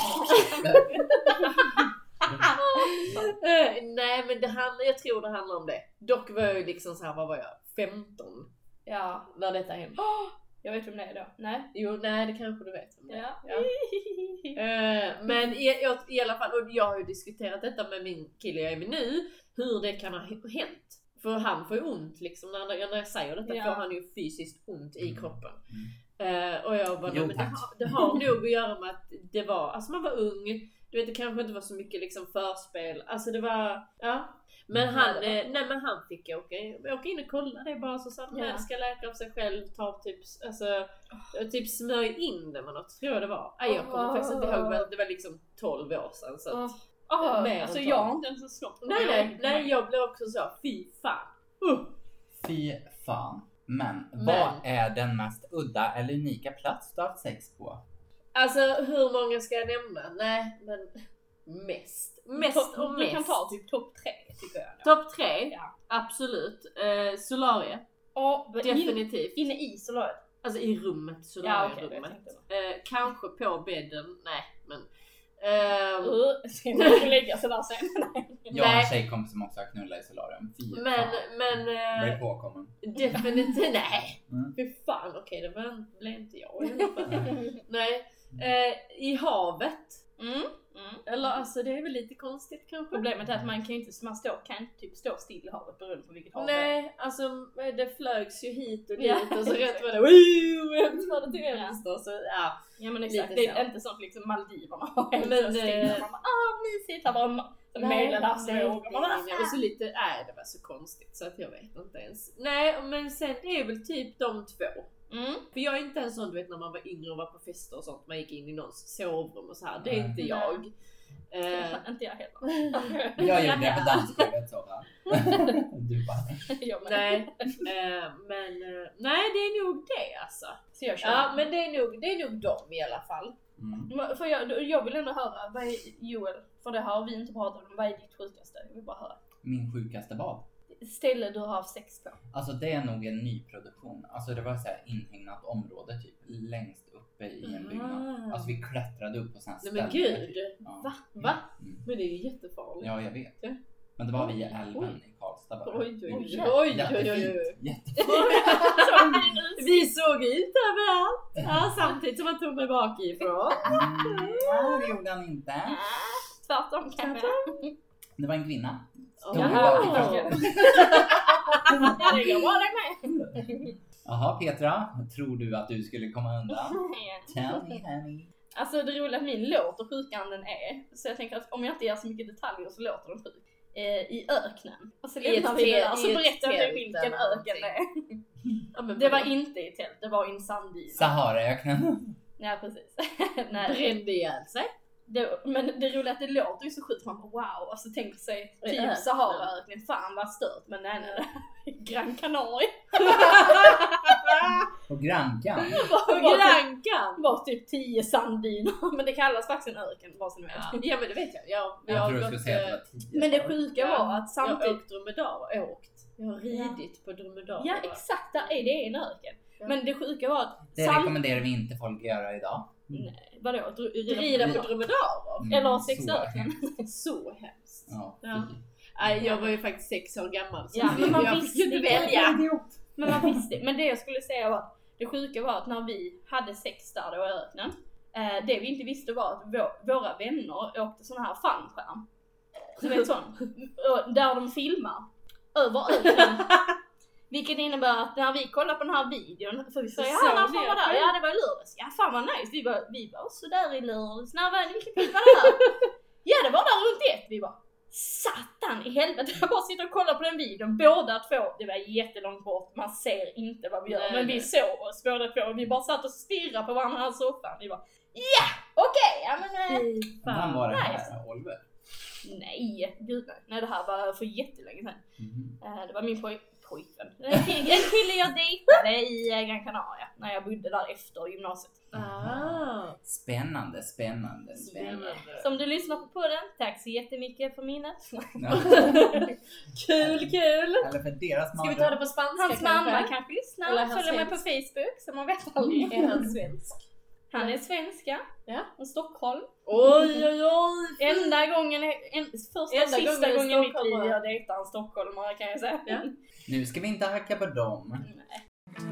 Speaker 1: eh, nej men det handlar, jag tror det handlar om det. Dock var jag ju liksom så här, vad var jag? femton
Speaker 2: Ja.
Speaker 1: när detta hände.
Speaker 2: Jag vet vem det är då. Nej.
Speaker 1: Jo, nej det kanske du vet. Om det.
Speaker 2: Ja.
Speaker 1: Ja. Eh, men i, i, i alla fall, och jag har ju diskuterat detta med min kille jag är med nu, hur det kan ha hänt. För han får ju ont liksom, när, när jag säger detta
Speaker 2: Ja.
Speaker 1: får han ju fysiskt ont i
Speaker 3: Mm.
Speaker 1: kroppen. Eh, och jag bara,
Speaker 3: Jo,
Speaker 1: nej, men det,
Speaker 3: tack.
Speaker 1: har, det har nog att göra med att det var, alltså man var ung, du vet det kanske inte var så mycket liksom förspel, alltså det var, ja. Men
Speaker 3: Mm.
Speaker 1: han, eh, nej men han fick åka, åka in och kolla det bara så sa han,
Speaker 2: Ja.
Speaker 1: ja. ska läka av sig själv, ta typ, alltså, typ smörj in det med något, tror jag det var. Nej, jag kommer
Speaker 2: Oh.
Speaker 1: faktiskt inte ihåg, men det var liksom tolv år sedan så att,
Speaker 2: Oh.
Speaker 1: Mer än
Speaker 2: Alltså
Speaker 1: tolv.
Speaker 2: jag har inte ens en snopp.
Speaker 1: nej nej, nej jag blev också så, fy fan. Uh.
Speaker 3: Fy fan. Men,
Speaker 1: Men.
Speaker 3: vad är den mest udda eller unika plats du har haft sex på?
Speaker 1: Alltså hur många ska jag nämna? Nej men mest, mest
Speaker 2: Topp-
Speaker 1: och
Speaker 2: Du
Speaker 1: mest.
Speaker 2: kan ta typ topp tre tycker jag.
Speaker 1: Topp tre,
Speaker 2: Ja.
Speaker 1: absolut. Eh, Solarie,
Speaker 2: Och in,
Speaker 1: definitivt.
Speaker 2: inne i solariet.
Speaker 1: Alltså i rummet,
Speaker 2: Ja,
Speaker 1: Solarie-rummet.
Speaker 2: okej, jag tänkte
Speaker 1: eh, kanske på bädden, nej men. ehm,
Speaker 2: Uh, ska man få lägga sig där sen?
Speaker 3: Jag har en
Speaker 1: Nej.
Speaker 3: tjejkompis som också har knullat i solarium. Fy
Speaker 1: men,
Speaker 3: fan.
Speaker 1: men
Speaker 3: Blir
Speaker 1: eh,
Speaker 3: påkommen.
Speaker 1: definitivt, nej.
Speaker 3: Mm.
Speaker 1: Fy fan, okej det var, blev inte jag i alla fall. Nej, eh, i havet.
Speaker 2: Mm. Mm.
Speaker 1: Eller alltså det är väl lite konstigt kanske.
Speaker 2: Problemet är att man kan ju inte, man står, kan inte typ stå still i havet beroende på vilket hav det är.
Speaker 1: Nej, alltså det flögs ju hit och dit
Speaker 2: Ja,
Speaker 1: och så rätt
Speaker 2: exakt.
Speaker 1: var det woo, hemskt var det till vänster så ja.
Speaker 2: Ja men exakt,
Speaker 1: Lite
Speaker 2: det är
Speaker 1: så.
Speaker 2: inte sånt liksom Maldiverna har helt
Speaker 1: Men,
Speaker 2: så still.
Speaker 1: eh,
Speaker 2: Man bara, ah mysigt, här var en medelhavsvåg.
Speaker 1: nej, nej, det var så lite, nej det var så konstigt så att jag vet inte ens. Nej men sen det är väl typ de två.
Speaker 2: Mm.
Speaker 1: För jag är inte en sån du vet när man var yngre och var på fester och sånt, man gick in i någons sovrum och så här. Det är
Speaker 3: Nej.
Speaker 1: inte jag. Eh,
Speaker 2: Inte jag heller.
Speaker 3: Jag gjorde det på dansgolvet så va? Du bara.
Speaker 2: Jag med.
Speaker 1: nej, eh, men eh, nej det är nog det alltså.
Speaker 2: Så jag kör.
Speaker 1: Ja men det är nog, det är nog dem i alla fall.
Speaker 3: Mm.
Speaker 2: Men För jag, jag vill ändå höra, vad är Joel, för det har vi inte pratat om, vad är ditt sjukaste? Jag vill bara höra.
Speaker 3: Min sjukaste bad.
Speaker 2: Ställe du har haft sex på.
Speaker 3: Alltså det är nog en nyproduktion. Alltså det var så här inhägnat område typ längst uppe i en byggnad. Alltså vi klättrade upp på sådana
Speaker 1: Nej
Speaker 3: ställen.
Speaker 1: men gud.
Speaker 3: Ja.
Speaker 1: Va? Va?
Speaker 3: Mm.
Speaker 1: Men det är ju jättefarligt.
Speaker 3: Ja jag vet.
Speaker 1: Ja.
Speaker 3: Men det var vid älven i Karlstad bara.
Speaker 1: Oj oj oj
Speaker 2: Oj,
Speaker 1: oj oj oj
Speaker 3: Jättefint.
Speaker 1: oj.
Speaker 3: Jättefint.
Speaker 1: Vi såg ut överallt. Ja, samtidigt som man tog mig bakifrån.
Speaker 3: Mm, ja, det gjorde han inte.
Speaker 2: Tvärtom kanske.
Speaker 3: Det var en kvinna. Stod
Speaker 1: Jaha.
Speaker 3: bakifrån.
Speaker 2: Ja, det går bra det med.
Speaker 3: Jaha Petra, tror du att du skulle komma undan? Tell me honey.
Speaker 2: Alltså det roliga att min låter sjukare än den är. Så jag tänker att om jag inte ger så mycket detaljer så låter den sjuk. Eh, I öknen. Och så
Speaker 1: I ett
Speaker 2: lämnar vi det där
Speaker 1: tält-
Speaker 2: så
Speaker 1: i ett
Speaker 2: berättar jag
Speaker 1: tält
Speaker 2: vilken
Speaker 1: eller
Speaker 2: öken det är.
Speaker 1: Ja, men
Speaker 2: Det var inte i tält, det var i en sanddyna.
Speaker 3: Saharaöknen.
Speaker 2: Ja precis. Nej.
Speaker 1: brände ihjäl sig.
Speaker 2: det, men det roliga är att det låter ju så sjukt. Man bara wow, alltså tänker sig typ
Speaker 1: Äh,
Speaker 2: Sahara-öknen. Fan vad stört, men nej nej nej. Gran Canaria.
Speaker 3: På Grankan.
Speaker 1: På Grankan!
Speaker 2: Var typ tio sanddyner. Men det kallas faktiskt en öken, vad som ni vet.
Speaker 1: Ja, ja men det vet jag. Jag,
Speaker 3: Jag,
Speaker 1: jag
Speaker 3: tror du
Speaker 1: har
Speaker 3: skulle
Speaker 1: gått,
Speaker 3: säga att
Speaker 1: eh,
Speaker 3: det var tio.
Speaker 2: Men det sjuka
Speaker 1: Ja,
Speaker 2: var att
Speaker 1: jag har
Speaker 2: samtidigt...
Speaker 1: åkt dromedar, åkt. Jag har ridit på dromedar.
Speaker 2: Ja exakt, där är det en öken.
Speaker 1: Ja.
Speaker 2: Men det sjuka var att...
Speaker 3: Det rekommenderar vi inte folk att göra idag.
Speaker 2: Nej, vadå? Dr-
Speaker 1: Rida på dromedarer?
Speaker 3: Mm,
Speaker 2: Eller
Speaker 3: så
Speaker 2: sexöken.
Speaker 3: hemskt.
Speaker 1: Så hemskt.
Speaker 3: Ja,
Speaker 1: Ja.
Speaker 3: fy.
Speaker 1: Nej, jag var ju faktiskt sex år gammal så
Speaker 2: Ja, men man
Speaker 1: jag
Speaker 2: visste
Speaker 1: fick ju inte
Speaker 2: inte.
Speaker 1: välja.
Speaker 2: Men man visste. Men det jag skulle säga var att det sjuka var att när vi hade sex där då i öknen. Eh, det vi inte visste var att vå- våra vänner åkte sån här fallskärm. Du vet sån. Där de filmar. Över öknen. Vilket innebär att när vi kollar på den här videon, för vi sa
Speaker 1: Så
Speaker 2: ja,
Speaker 1: såg
Speaker 2: när
Speaker 1: ni
Speaker 2: fan var
Speaker 1: det?
Speaker 2: där? Ja, det var i lördags. Ja, fan vad nice. Vi var, vi var så där i lördags. När var det? Vilken tid var det här? Ja, det var där runt ett. Vi bara, satan i helvete. Jag bara sitter och kollar på den videon. Båda två, det var jättelångt bort. Man ser inte vad vi gör.
Speaker 1: Nej,
Speaker 2: men vi
Speaker 1: nej.
Speaker 2: såg oss båda två. Vi bara satt och stirrade på varandra här i soffan. Vi bara, ja, okej. Ja, men... Eh,
Speaker 3: Vem var det
Speaker 2: Nej.
Speaker 3: här? Oliver?
Speaker 2: nej, gud nej. Nej, det här var för jättelänge sedan.
Speaker 3: Mhm.
Speaker 2: Eh, Det var min poj- pojkvän. En kille en kille jag dejtade i eh, Gran Canaria när jag bodde där efter gymnasiet.
Speaker 1: Ah,
Speaker 3: Spännande, spännande, spännande.
Speaker 2: Så om du lyssnar på podden, tack så jättemycket för minnet.
Speaker 3: Ja.
Speaker 1: kul, kul!
Speaker 3: Eller för deras
Speaker 1: Ska vi ta det på spanska
Speaker 2: Hans mamma
Speaker 1: kanske?
Speaker 2: kanske lyssnar,
Speaker 1: Eller hans
Speaker 2: följer mig på
Speaker 1: svensk.
Speaker 2: Facebook så man vet aldrig.
Speaker 1: Är han svensk?
Speaker 2: Han är svenska,
Speaker 1: Ja.
Speaker 2: från Stockholm.
Speaker 1: Oj, oj, oj!
Speaker 2: Enda gången, en, första och
Speaker 1: Enda
Speaker 2: sista
Speaker 1: gången
Speaker 2: gången i mitt
Speaker 1: stockholmare.
Speaker 2: liv jag dejtar en stockholmare kan jag säga.
Speaker 1: Ja.
Speaker 3: Nu ska vi inte hacka på dem.
Speaker 2: Nej.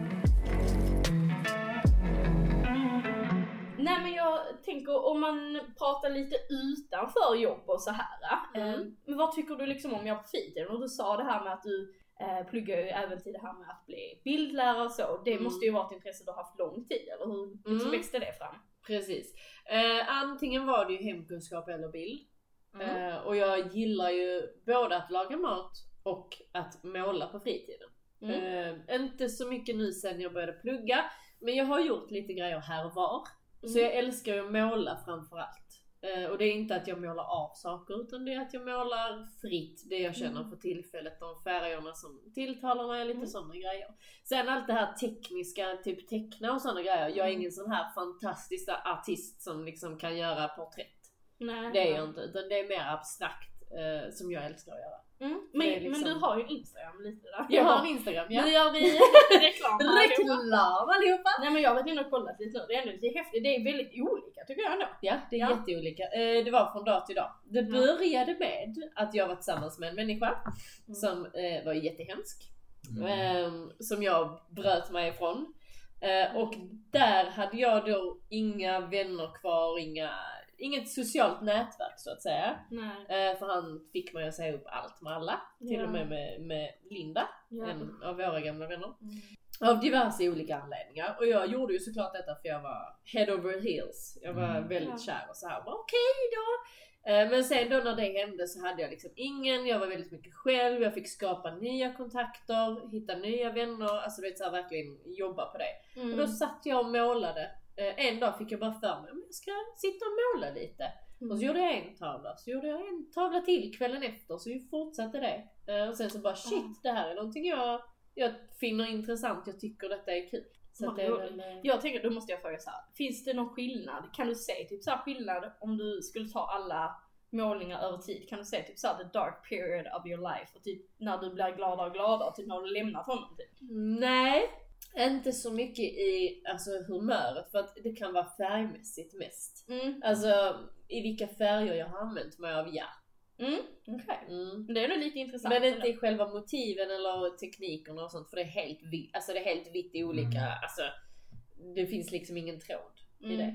Speaker 2: Nej men jag tänker om man pratar lite utanför jobb och så här.
Speaker 1: Mm.
Speaker 2: Eh, men vad tycker du liksom om jag på fritiden? Och du sa det här med att du eh, pluggar ju även till det här med att bli bildlärare och så. Det
Speaker 1: Mm.
Speaker 2: måste ju vara ett intresse du har haft lång tid, eller hur liksom
Speaker 1: Mm.
Speaker 2: växte det fram?
Speaker 1: Precis. Eh, antingen var det ju hemkunskap eller bild.
Speaker 2: Mm.
Speaker 1: Eh, och jag gillar ju både att laga mat och att måla på fritiden.
Speaker 2: Mm.
Speaker 1: Eh, inte så mycket nu sen jag började plugga, men jag har gjort lite grejer här och var. Så
Speaker 2: Mm.
Speaker 1: jag älskar ju att måla framförallt. Eh, och det är inte att jag målar av saker, utan det är att jag målar fritt det jag känner
Speaker 2: Mm.
Speaker 1: för tillfället. De färgerna som tilltalar mig, lite
Speaker 2: Mm.
Speaker 1: sådana grejer. Sen allt det här tekniska, typ teckna och sådana grejer. Jag är ingen sån här fantastisk artist som liksom kan göra porträtt.
Speaker 2: Nej.
Speaker 1: Det är jag inte, utan det är mer abstrakt eh, som jag älskar att göra.
Speaker 2: Mm. Men,
Speaker 1: det är liksom-
Speaker 2: men du har ju Instagram lite där.
Speaker 1: Jag har en Instagram, ja.
Speaker 2: Nu gör vi reklam här.
Speaker 1: Reklam allihopa!
Speaker 2: Nej men jag vet inte, kollat lite nu. Det är ändå lite häftigt. Det är väldigt olika tycker jag ändå.
Speaker 1: Ja, det är
Speaker 2: Ja.
Speaker 1: jätteolika. Eh, det var från dag till dag. Det började med att jag var tillsammans med en människa
Speaker 2: Mm.
Speaker 1: som eh, var jättehemsk.
Speaker 3: Mm.
Speaker 1: Eh, som jag bröt mig ifrån. Eh, och där hade jag då inga vänner kvar, inga, inget socialt nätverk så att säga.
Speaker 2: Nej.
Speaker 1: Eh, för han fick mig att säga upp allt med alla. Till
Speaker 2: Ja.
Speaker 1: och med med, med Linda,
Speaker 2: Ja.
Speaker 1: en av våra gamla vänner.
Speaker 2: Mm.
Speaker 1: Av diverse olika anledningar. Och jag gjorde ju såklart detta för jag var head over heels. Jag var
Speaker 3: Mm.
Speaker 1: väldigt
Speaker 2: Ja.
Speaker 1: kär och så här. Bara, okej då. Eh, Men sen då när det hände så hade jag liksom ingen. Jag var väldigt mycket själv. Jag fick skapa nya kontakter. Hitta nya vänner. Alltså du vet så här, verkligen jobba på det.
Speaker 2: Mm.
Speaker 1: Och då satt jag och målade. Eh, En dag fick jag bara för mig. Men jag ska sitta och måla lite.
Speaker 2: Mm.
Speaker 1: Och så gjorde jag en tavla. Så gjorde jag en tavla till kvällen efter. Så vi fortsatte det. Eh, Och sen så bara shit, det här är någonting jag, jag finner intressant. Jag tycker detta är kul. Så att det är väl, eh,
Speaker 2: Jag tänker, då måste jag fråga så här. Finns det någon skillnad? Kan du se typ så här skillnad om du skulle ta alla målningar över tid? Kan du se typ så här the dark period of your life och typ när du blir gladare och gladare, typ när du lämnar honom typ?
Speaker 1: Nej, inte så mycket i alltså, humöret. För att det kan vara färgmässigt mest.
Speaker 2: Mm.
Speaker 1: Alltså i vilka färger jag har använt mig av, ja.
Speaker 2: Mm. Okej.
Speaker 1: Mm.
Speaker 2: Men det är nog lite intressant.
Speaker 1: Men inte i själva motiven eller teknikerna och sånt. För det är helt vitt, alltså det är helt vitt i olika,
Speaker 3: Mm.
Speaker 1: alltså det finns liksom ingen tråd i
Speaker 2: Mm.
Speaker 1: det.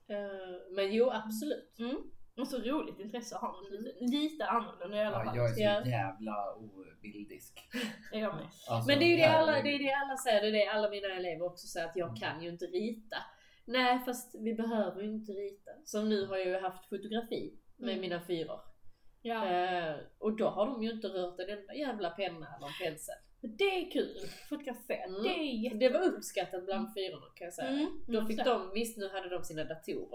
Speaker 1: Eh, men jo, absolut.
Speaker 2: Mm. Och så roligt intresse att ha något lite, lite annorlunda i alla
Speaker 3: Ja,
Speaker 2: fall.
Speaker 3: jag är så
Speaker 1: Ja.
Speaker 3: jävla obildisk.
Speaker 2: Är jag med?
Speaker 3: Alltså,
Speaker 1: Men det är ju det alla,
Speaker 3: herregud.
Speaker 1: det är det alla säger, det är det alla mina elever också säger, att jag kan ju inte rita. Nej, fast vi behöver ju inte rita. Som nu har jag ju haft fotografi med
Speaker 2: Mm.
Speaker 1: mina fyror.
Speaker 2: Ja.
Speaker 1: Eh, och då har de ju inte rört en enda jävla penna eller pensel.
Speaker 2: Det är kul. Fotografera.
Speaker 1: Mm.
Speaker 2: Det är jätte...
Speaker 1: Det var uppskattat bland fyrorna kan jag säga.
Speaker 2: Mm.
Speaker 1: Då
Speaker 2: Mm,
Speaker 1: fick
Speaker 2: så.
Speaker 1: de, visst nu hade de sina datorer.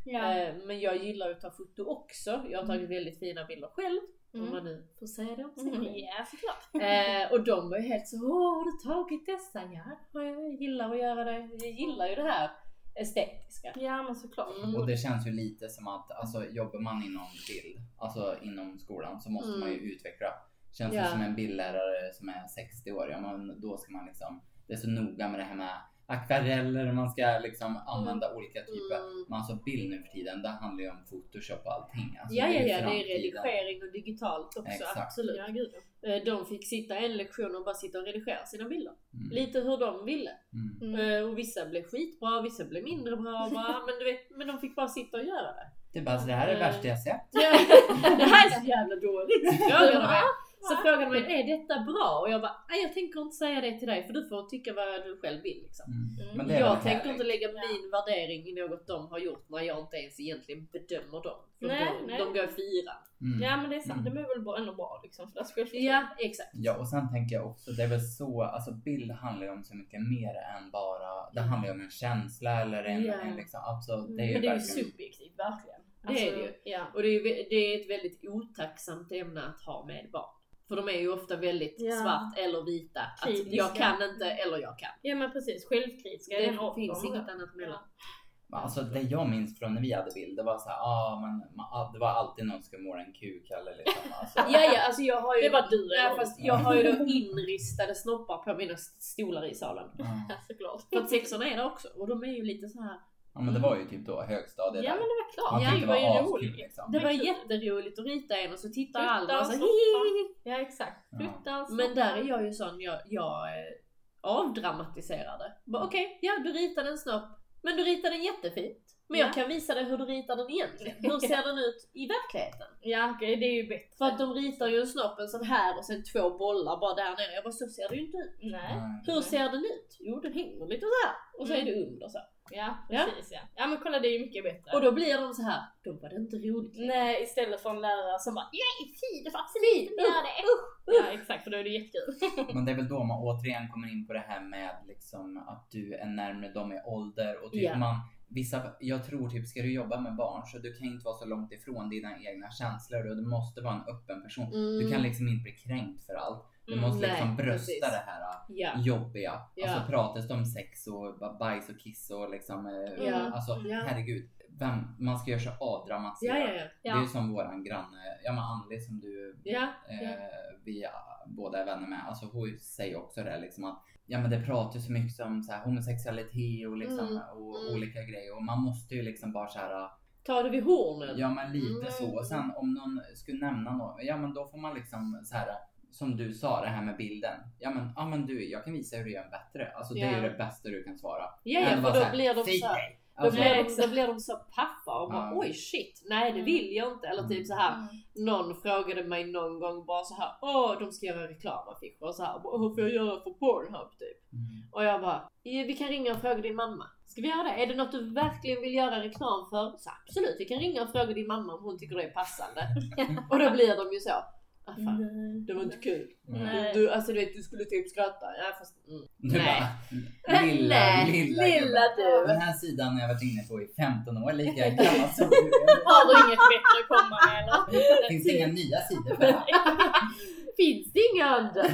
Speaker 2: Ja.
Speaker 1: Eh, men jag gillar att ta foto också. Jag har tagit väldigt fina bilder själv.
Speaker 2: Mm.
Speaker 1: Om man nu får säga det om sig
Speaker 2: Mm,
Speaker 1: själv.
Speaker 2: ja, såklart.
Speaker 1: Eh, och de var ju helt så, åh har du tagit dessa? Ja, jag gillar att göra det. Jag gillar ju det här estetiska.
Speaker 2: Ja, men såklart.
Speaker 1: Mm.
Speaker 3: Och det känns ju lite som att alltså, jobbar man inom bild, alltså inom skolan, så måste
Speaker 1: Mm.
Speaker 3: man ju utveckla. Känns
Speaker 1: Ja.
Speaker 3: det som en bildlärare som är sextio år, ja, men då ska man liksom, det är så noga med det här med akvareller, man ska liksom använda olika typer.
Speaker 1: Mm.
Speaker 3: Men alltså bild nu för tiden, det handlar ju om Photoshop och allting. Alltså,
Speaker 1: Ja, ja,
Speaker 3: ju
Speaker 1: ja, det är
Speaker 3: framtiden.
Speaker 1: redigering och digitalt också,
Speaker 3: Exakt.
Speaker 1: absolut.
Speaker 2: Ja, gud.
Speaker 1: Eh, De fick sitta en lektion och bara sitta och redigera sina bilder.
Speaker 3: Mm.
Speaker 1: Lite hur de ville.
Speaker 3: Mm.
Speaker 2: Mm.
Speaker 1: Eh, Och vissa blev skitbra, vissa blev mindre bra. Bara, men, du vet, men de fick bara sitta och göra det.
Speaker 3: Det är bara, alltså, det här är det
Speaker 1: Mm.
Speaker 3: värsta jag sett.
Speaker 1: Ja, det här är så jävla dåligt. Så frågade de mig, så frågade de mig, är detta bra? Och jag bara, nej jag tänker inte säga det till dig för du får tycka vad du själv vill liksom.
Speaker 3: Mm.
Speaker 2: Mm.
Speaker 3: Men det är
Speaker 1: Jag
Speaker 3: väl
Speaker 1: tänker
Speaker 3: härligt.
Speaker 1: inte lägga min värdering i något de har gjort när jag inte ens egentligen bedömer dem. För
Speaker 2: Nej,
Speaker 1: de,
Speaker 2: nej.
Speaker 1: de går i fyran.
Speaker 3: Mm.
Speaker 2: Ja, men det är sant.
Speaker 3: Mm.
Speaker 2: Det är väl bara ändå bra liksom. För det skulle jag
Speaker 1: Ja, exakt.
Speaker 3: Ja, och sen tänker jag också, det är väl så, alltså bild handlar ju om så mycket mer än bara, det handlar ju om en känsla eller en,
Speaker 1: Ja.
Speaker 3: en liksom, alltså det är ju
Speaker 1: Men det är ju
Speaker 3: verkligen-
Speaker 2: subjektivt, verkligen.
Speaker 1: Det är det ju.
Speaker 2: Ja.
Speaker 1: Och det är, ju- det är ett väldigt otacksamt ämne att ha med barn. För de är ju ofta väldigt
Speaker 2: Ja.
Speaker 1: svart eller vita. Att
Speaker 2: Kritiska.
Speaker 1: jag kan inte eller jag kan.
Speaker 2: Ja, men precis. Självkritiska.
Speaker 1: Det
Speaker 2: är en av
Speaker 1: finns
Speaker 2: dem.
Speaker 1: inget annat mellan.
Speaker 3: Alltså det jag minns från när vi hade bild, det var så här, ah, man, man, det var alltid någon som skulle måla en kuk eller liksom. Alltså.
Speaker 1: Ja, ja, alltså jag har ju...
Speaker 2: Det var du,
Speaker 1: Ja,
Speaker 2: eller?
Speaker 1: fast jag har ju då inristade snoppar på mina stolar i salen.
Speaker 3: Ja.
Speaker 2: Ja, såklart.
Speaker 1: För att sexorna är där också. Och de är ju lite så här.
Speaker 3: Ja, men det var ju typ då högstadiet
Speaker 2: Ja,
Speaker 3: där.
Speaker 2: men det var klart.
Speaker 3: Man
Speaker 2: Ja,
Speaker 3: tyckte
Speaker 2: det
Speaker 3: det
Speaker 2: var
Speaker 3: var
Speaker 2: ju
Speaker 3: askul
Speaker 2: roligt.
Speaker 3: liksom.
Speaker 1: Det var
Speaker 2: Men-
Speaker 1: jätteroligt att rita en och så tittar
Speaker 2: Flytta
Speaker 1: alla och
Speaker 2: och
Speaker 1: så
Speaker 2: snoppa.
Speaker 1: hihihi.
Speaker 2: Ja, exakt.
Speaker 3: Ja.
Speaker 2: Flytta och
Speaker 1: Men
Speaker 2: snoppa.
Speaker 1: där är jag ju sån, jag, jag eh, avdramatiserar det. Bara, Okej, ja du ritar en snopp. Men du ritar den jättefint. Men
Speaker 2: Ja.
Speaker 1: jag kan visa dig hur du ritar den egentligen. Hur ser den ut i verkligheten?
Speaker 2: Ja, okej, det är ju bättre.
Speaker 1: För att de ritar ju en snopp en sån här och sen två bollar bara där nere. Jag bara, så ser det ju inte ut.
Speaker 2: Nej.
Speaker 3: Nej.
Speaker 1: Hur ser den ut? Jo, den hänger lite så här. Och så är det under så.
Speaker 2: Ja,
Speaker 1: Ja.
Speaker 2: precis ja. Ja, men kolla, det är ju mycket bättre.
Speaker 1: Och då blir de så här, då var det inte roligt.
Speaker 2: Nej, istället för en lärare som bara nej, fy, det får absolut inte göra det. Ja, exakt, för då är det jättekul.
Speaker 3: Men det är väl då man återigen kommer in på det här med liksom att du är närmare dem i ålder och typ
Speaker 1: Ja.
Speaker 3: man vissa, jag tror typ ska du jobba med barn så du kan inte vara så långt ifrån dina egna känslor och du måste vara en öppen person.
Speaker 1: Mm.
Speaker 3: Du kan liksom inte bli kränkt för allt. Du
Speaker 2: Mm,
Speaker 3: måste
Speaker 1: nej,
Speaker 3: liksom brösta
Speaker 1: precis.
Speaker 3: det här
Speaker 1: Ja.
Speaker 3: jobbiga.
Speaker 1: Ja.
Speaker 3: Alltså pratas det om sex och ba- bajs och kiss och liksom eh,
Speaker 1: Ja.
Speaker 3: alltså
Speaker 1: Ja.
Speaker 3: herregud. Vem, man ska göra så avdramatiserat.
Speaker 1: Ja, ja, ja.
Speaker 3: Det är ju som våran granne, ja men Anli som du
Speaker 1: Ja,
Speaker 3: eh,
Speaker 1: ja.
Speaker 3: vi båda är vänner med. Alltså hon säger också det liksom att ja men det pratar så mycket om så här, homosexualitet och liksom
Speaker 1: Mm,
Speaker 3: och
Speaker 1: mm.
Speaker 3: olika grejer och man måste ju liksom bara så här
Speaker 1: Ta det vid hornen.
Speaker 3: ja men lite
Speaker 1: Mm.
Speaker 3: så och sen om någon skulle nämna något ja men då får man liksom så här som du sa det här med bilden. Ja men ja men du jag kan visa hur du gör en bättre. Alltså det är
Speaker 1: Ja.
Speaker 3: ju det bästa du kan svara.
Speaker 1: Ja,
Speaker 3: Än
Speaker 1: ja,
Speaker 3: bara
Speaker 1: för
Speaker 3: så
Speaker 1: då
Speaker 3: här,
Speaker 1: blir de
Speaker 3: "Säg
Speaker 1: så här,
Speaker 3: nej."
Speaker 1: då,
Speaker 3: Alltså,
Speaker 1: blir de,
Speaker 2: exakt.
Speaker 1: då blir de så paffa och bara
Speaker 3: Ja.
Speaker 1: oj shit, nej det vill jag inte. Eller typ så här.
Speaker 2: Mm.
Speaker 1: Någon frågade mig någon gång bara så här, åh de ska göra reklamaffischer och så här, hur får jag göra för Pornhub typ?
Speaker 3: Mm.
Speaker 1: Och jag bara, "Ja, vi kan ringa och fråga din mamma. Ska vi göra det? Är det något du verkligen vill göra reklam för? Så absolut, vi kan ringa och fråga din mamma om hon tycker det är passande. Och då blir de ju så, ah, fan, det var inte kul.
Speaker 2: Nej.
Speaker 1: Du, alltså du vet, du skulle typ skratta. Ja, fast, mm.
Speaker 3: Du
Speaker 1: Nej.
Speaker 3: bara, lilla,
Speaker 1: Nej,
Speaker 3: lilla,
Speaker 1: lilla
Speaker 3: gubben.
Speaker 1: du.
Speaker 3: Den här sidan har jag varit inne på i femton år, lika gammal som du är.
Speaker 2: Har du inget bättre att komma med eller?
Speaker 3: Finns det inga nya sidor för det här?
Speaker 1: Finns det inga andra?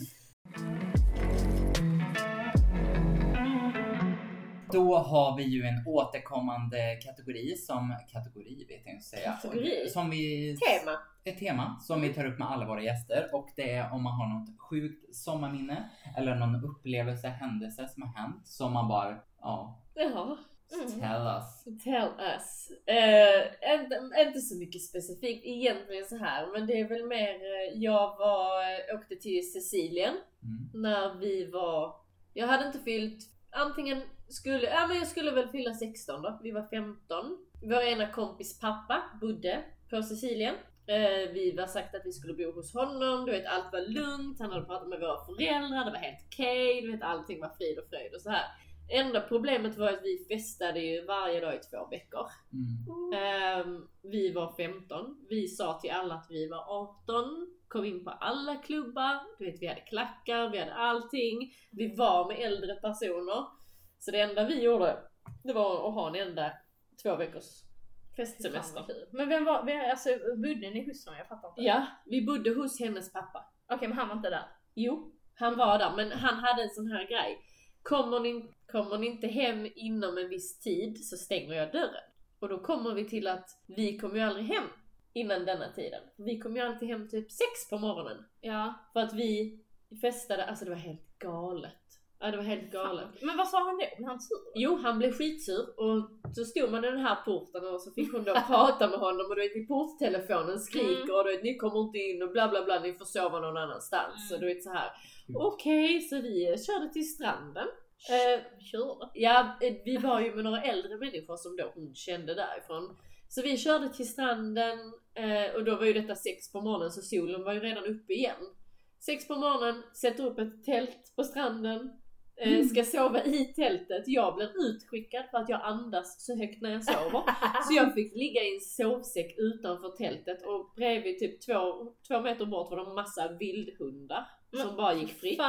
Speaker 3: Då har vi ju en återkommande kategori som, kategori vet jag inte säga.
Speaker 1: Kategori?
Speaker 3: Som vi,
Speaker 1: Tema.
Speaker 3: ett tema som vi tar upp med alla våra gäster och det är om man har något sjukt sommarminne eller någon upplevelse, händelse som har hänt som man bara, ja,
Speaker 1: Jaha.
Speaker 2: Mm.
Speaker 3: tell us.
Speaker 1: Tell us. Uh, inte, inte så mycket specifikt egentligen så här, men det är väl mer, uh, jag var, åkte till Sicilien
Speaker 3: Mm.
Speaker 1: när vi var, jag hade inte fyllt, antingen skulle, ja men jag skulle väl fylla sexton då, vi var femton. Vår ena kompis pappa bodde på Sicilien. Uh, vi var sagt att vi skulle bo hos honom, du vet allt var lugnt, han hade pratat med våra föräldrar, det var helt okej, du vet allting var frid och fröjd och så här. Enda problemet var att vi festade ju varje dag i två veckor.
Speaker 3: Mm.
Speaker 1: Ehm, vi var femton. Vi sa till alla att vi var arton. Kom in på alla klubbar. Du vet, vi hade klackar, vi hade allting. Vi var med äldre personer. Så det enda vi gjorde, det var att ha en enda två veckors Festsemester.
Speaker 2: Men vem var, vem, alltså bodde ni hos någon? Jag fattar inte.
Speaker 1: Ja, vi bodde hos hennes pappa.
Speaker 2: Okej, okay, men han var inte där.
Speaker 1: Jo, han var där, men han hade en sån här grej. Kommer ni, kommer ni inte hem inom en viss tid så stänger jag dörren. Och då kommer vi till att vi kommer ju aldrig hem innan denna tiden. Vi kommer ju alltid hem typ sex på morgonen.
Speaker 2: Ja.
Speaker 1: För att vi festade, alltså det var helt galet. Ja, det var helt galet.
Speaker 2: Fan. Men vad sa han då? Blev han sur?
Speaker 1: Jo, han blev skitsur och så stod man i den här porten och så fick hon då prata med honom och du vet i porttelefonen skriker mm. och du vet ni kommer inte in och bla bla bla, ni får sova någon annanstans. Mm. Och du vet så här. Okej, okay, så vi körde till stranden.
Speaker 2: Eh, körde?
Speaker 1: Ja, vi var ju med några äldre människor som då hon kände därifrån. Så vi körde till stranden eh, och då var ju detta sex på morgonen så solen var ju redan uppe igen. Sex på morgonen, sätter upp ett tält på stranden. Eh, ska sova i tältet. Jag blev utskickad för att jag andas så högt när jag sover. Så jag fick ligga i en sovsäck utanför tältet. Och bredvid typ två, två meter bort var det en massa vildhundar som mm. bara gick fritt.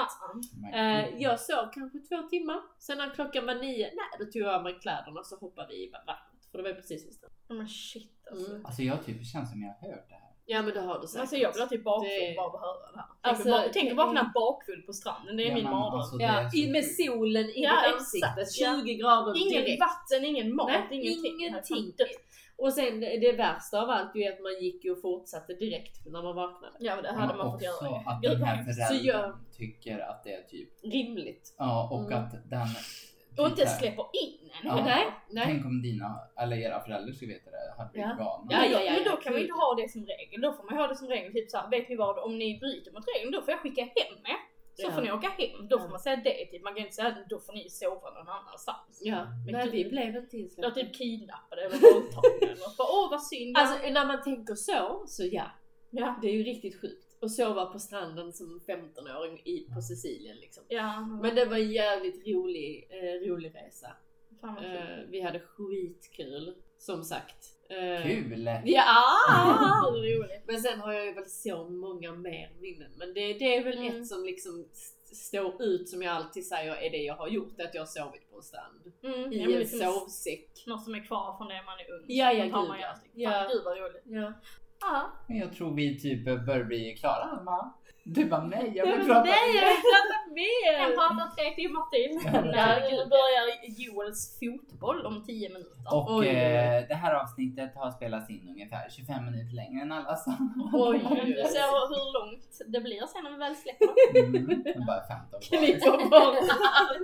Speaker 1: Eh, jag sov kanske två timmar. Sen när klockan var nio, nej då tog jag av mig kläderna och så hoppade vi i vattnet. För det var precis just det.
Speaker 2: Men shit alltså.
Speaker 3: Mm. Alltså jag typ känns som jag har hört det här.
Speaker 1: Ja men det har du säkert.
Speaker 2: Alltså jag blir typ bakfull
Speaker 1: det...
Speaker 2: bara att höra det här.
Speaker 1: Alltså,
Speaker 2: tänk tänk att vakna bakfull på stranden, det är ja, min mardröm.
Speaker 3: Alltså,
Speaker 1: ja,
Speaker 3: så
Speaker 1: med solen i ja, ansiktet, tjugo grader
Speaker 2: ingen
Speaker 1: direkt.
Speaker 2: Vatten, ingen mat,
Speaker 1: nej,
Speaker 2: ingenting.
Speaker 1: ingenting. Och sen det, det värsta av allt är att man gick och fortsatte direkt när man vaknade.
Speaker 2: Ja men det hade
Speaker 3: men
Speaker 2: man fått
Speaker 3: också
Speaker 2: göra.
Speaker 3: att den här föräldern
Speaker 1: jag...
Speaker 3: tycker att det är typ
Speaker 1: rimligt.
Speaker 3: Ja och
Speaker 1: mm.
Speaker 3: att den
Speaker 2: och inte släpper in en.
Speaker 3: Ja.
Speaker 1: Nej, nej.
Speaker 3: Tänk om dina, eller era föräldrar skulle veta det, hade blivit
Speaker 1: ja.
Speaker 3: galna.
Speaker 2: Ja, ja, ja, men då kan man ju inte ha det som regel. Då får man ha det som regel typ såhär, vet ni vad, om ni bryter mot regeln då får jag skicka hem er. Så ja. får ni åka hem. Då får man säga det typ. Man kan inte säga då får ni sova någon annanstans.
Speaker 1: Ja, men nej, vi blev inte insläppta.
Speaker 2: Då typ kidnappade eller våldtagna. Åh vad synd.
Speaker 1: Alltså när man tänker så, så ja.
Speaker 2: Ja.
Speaker 1: Det är ju riktigt sjukt. Och sova på stranden som femtonåring i, på Sicilien liksom.
Speaker 2: Ja.
Speaker 1: Men det var en jävligt rolig, eh, rolig resa.
Speaker 2: Fan vad
Speaker 1: eh, vi hade skitkul, som sagt. Eh,
Speaker 3: Kul!
Speaker 1: Ja!
Speaker 2: roligt.
Speaker 1: Men sen har jag ju väl så många mer minnen. Men det, det är väl mm. ett som liksom står ut som jag alltid säger är det jag har gjort. Att jag har sovit på en strand.
Speaker 2: Mm.
Speaker 1: I
Speaker 2: ja,
Speaker 1: en
Speaker 2: liksom
Speaker 1: sovsäck.
Speaker 2: Något som är kvar från det man är ung.
Speaker 1: Ja, ja, gud.
Speaker 2: Man ja.
Speaker 1: Ja.
Speaker 2: Gud vad roligt.
Speaker 1: Ja.
Speaker 2: Ja.
Speaker 3: Men jag tror vi typ börjar bli klara, Alma. Du bara nej, jag vill
Speaker 1: jag
Speaker 3: prata
Speaker 1: nej, jag vill prata mer.
Speaker 2: Jag pratar tre timmar till.
Speaker 1: Ja,
Speaker 2: nu börjar Joels fotboll om tio minuter.
Speaker 3: Och eh, det här avsnittet har spelats in ungefär tjugofem minuter längre än alla så.
Speaker 2: Oj, du ser hur långt det blir sen när vi väl släpper.
Speaker 3: Mm, bara femton kvar.
Speaker 1: Klippa bort allt.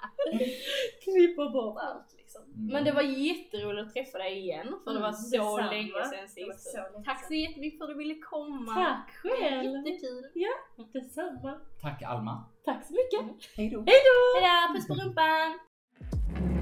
Speaker 1: Klippa bort allt.
Speaker 2: Mm. Men det var jätteroligt att träffa dig igen. För det var så
Speaker 1: Detsamma.
Speaker 2: länge sedan sist.
Speaker 1: Så länge
Speaker 2: Tack så jättemycket för att du ville komma.
Speaker 1: Tack själv.
Speaker 2: Jättekul.
Speaker 1: Ja, detsamma.
Speaker 3: Tack Alma.
Speaker 1: Tack så mycket.
Speaker 3: Mm. Hej då.
Speaker 1: Hej då.
Speaker 2: Hejdå, puss på rumpan.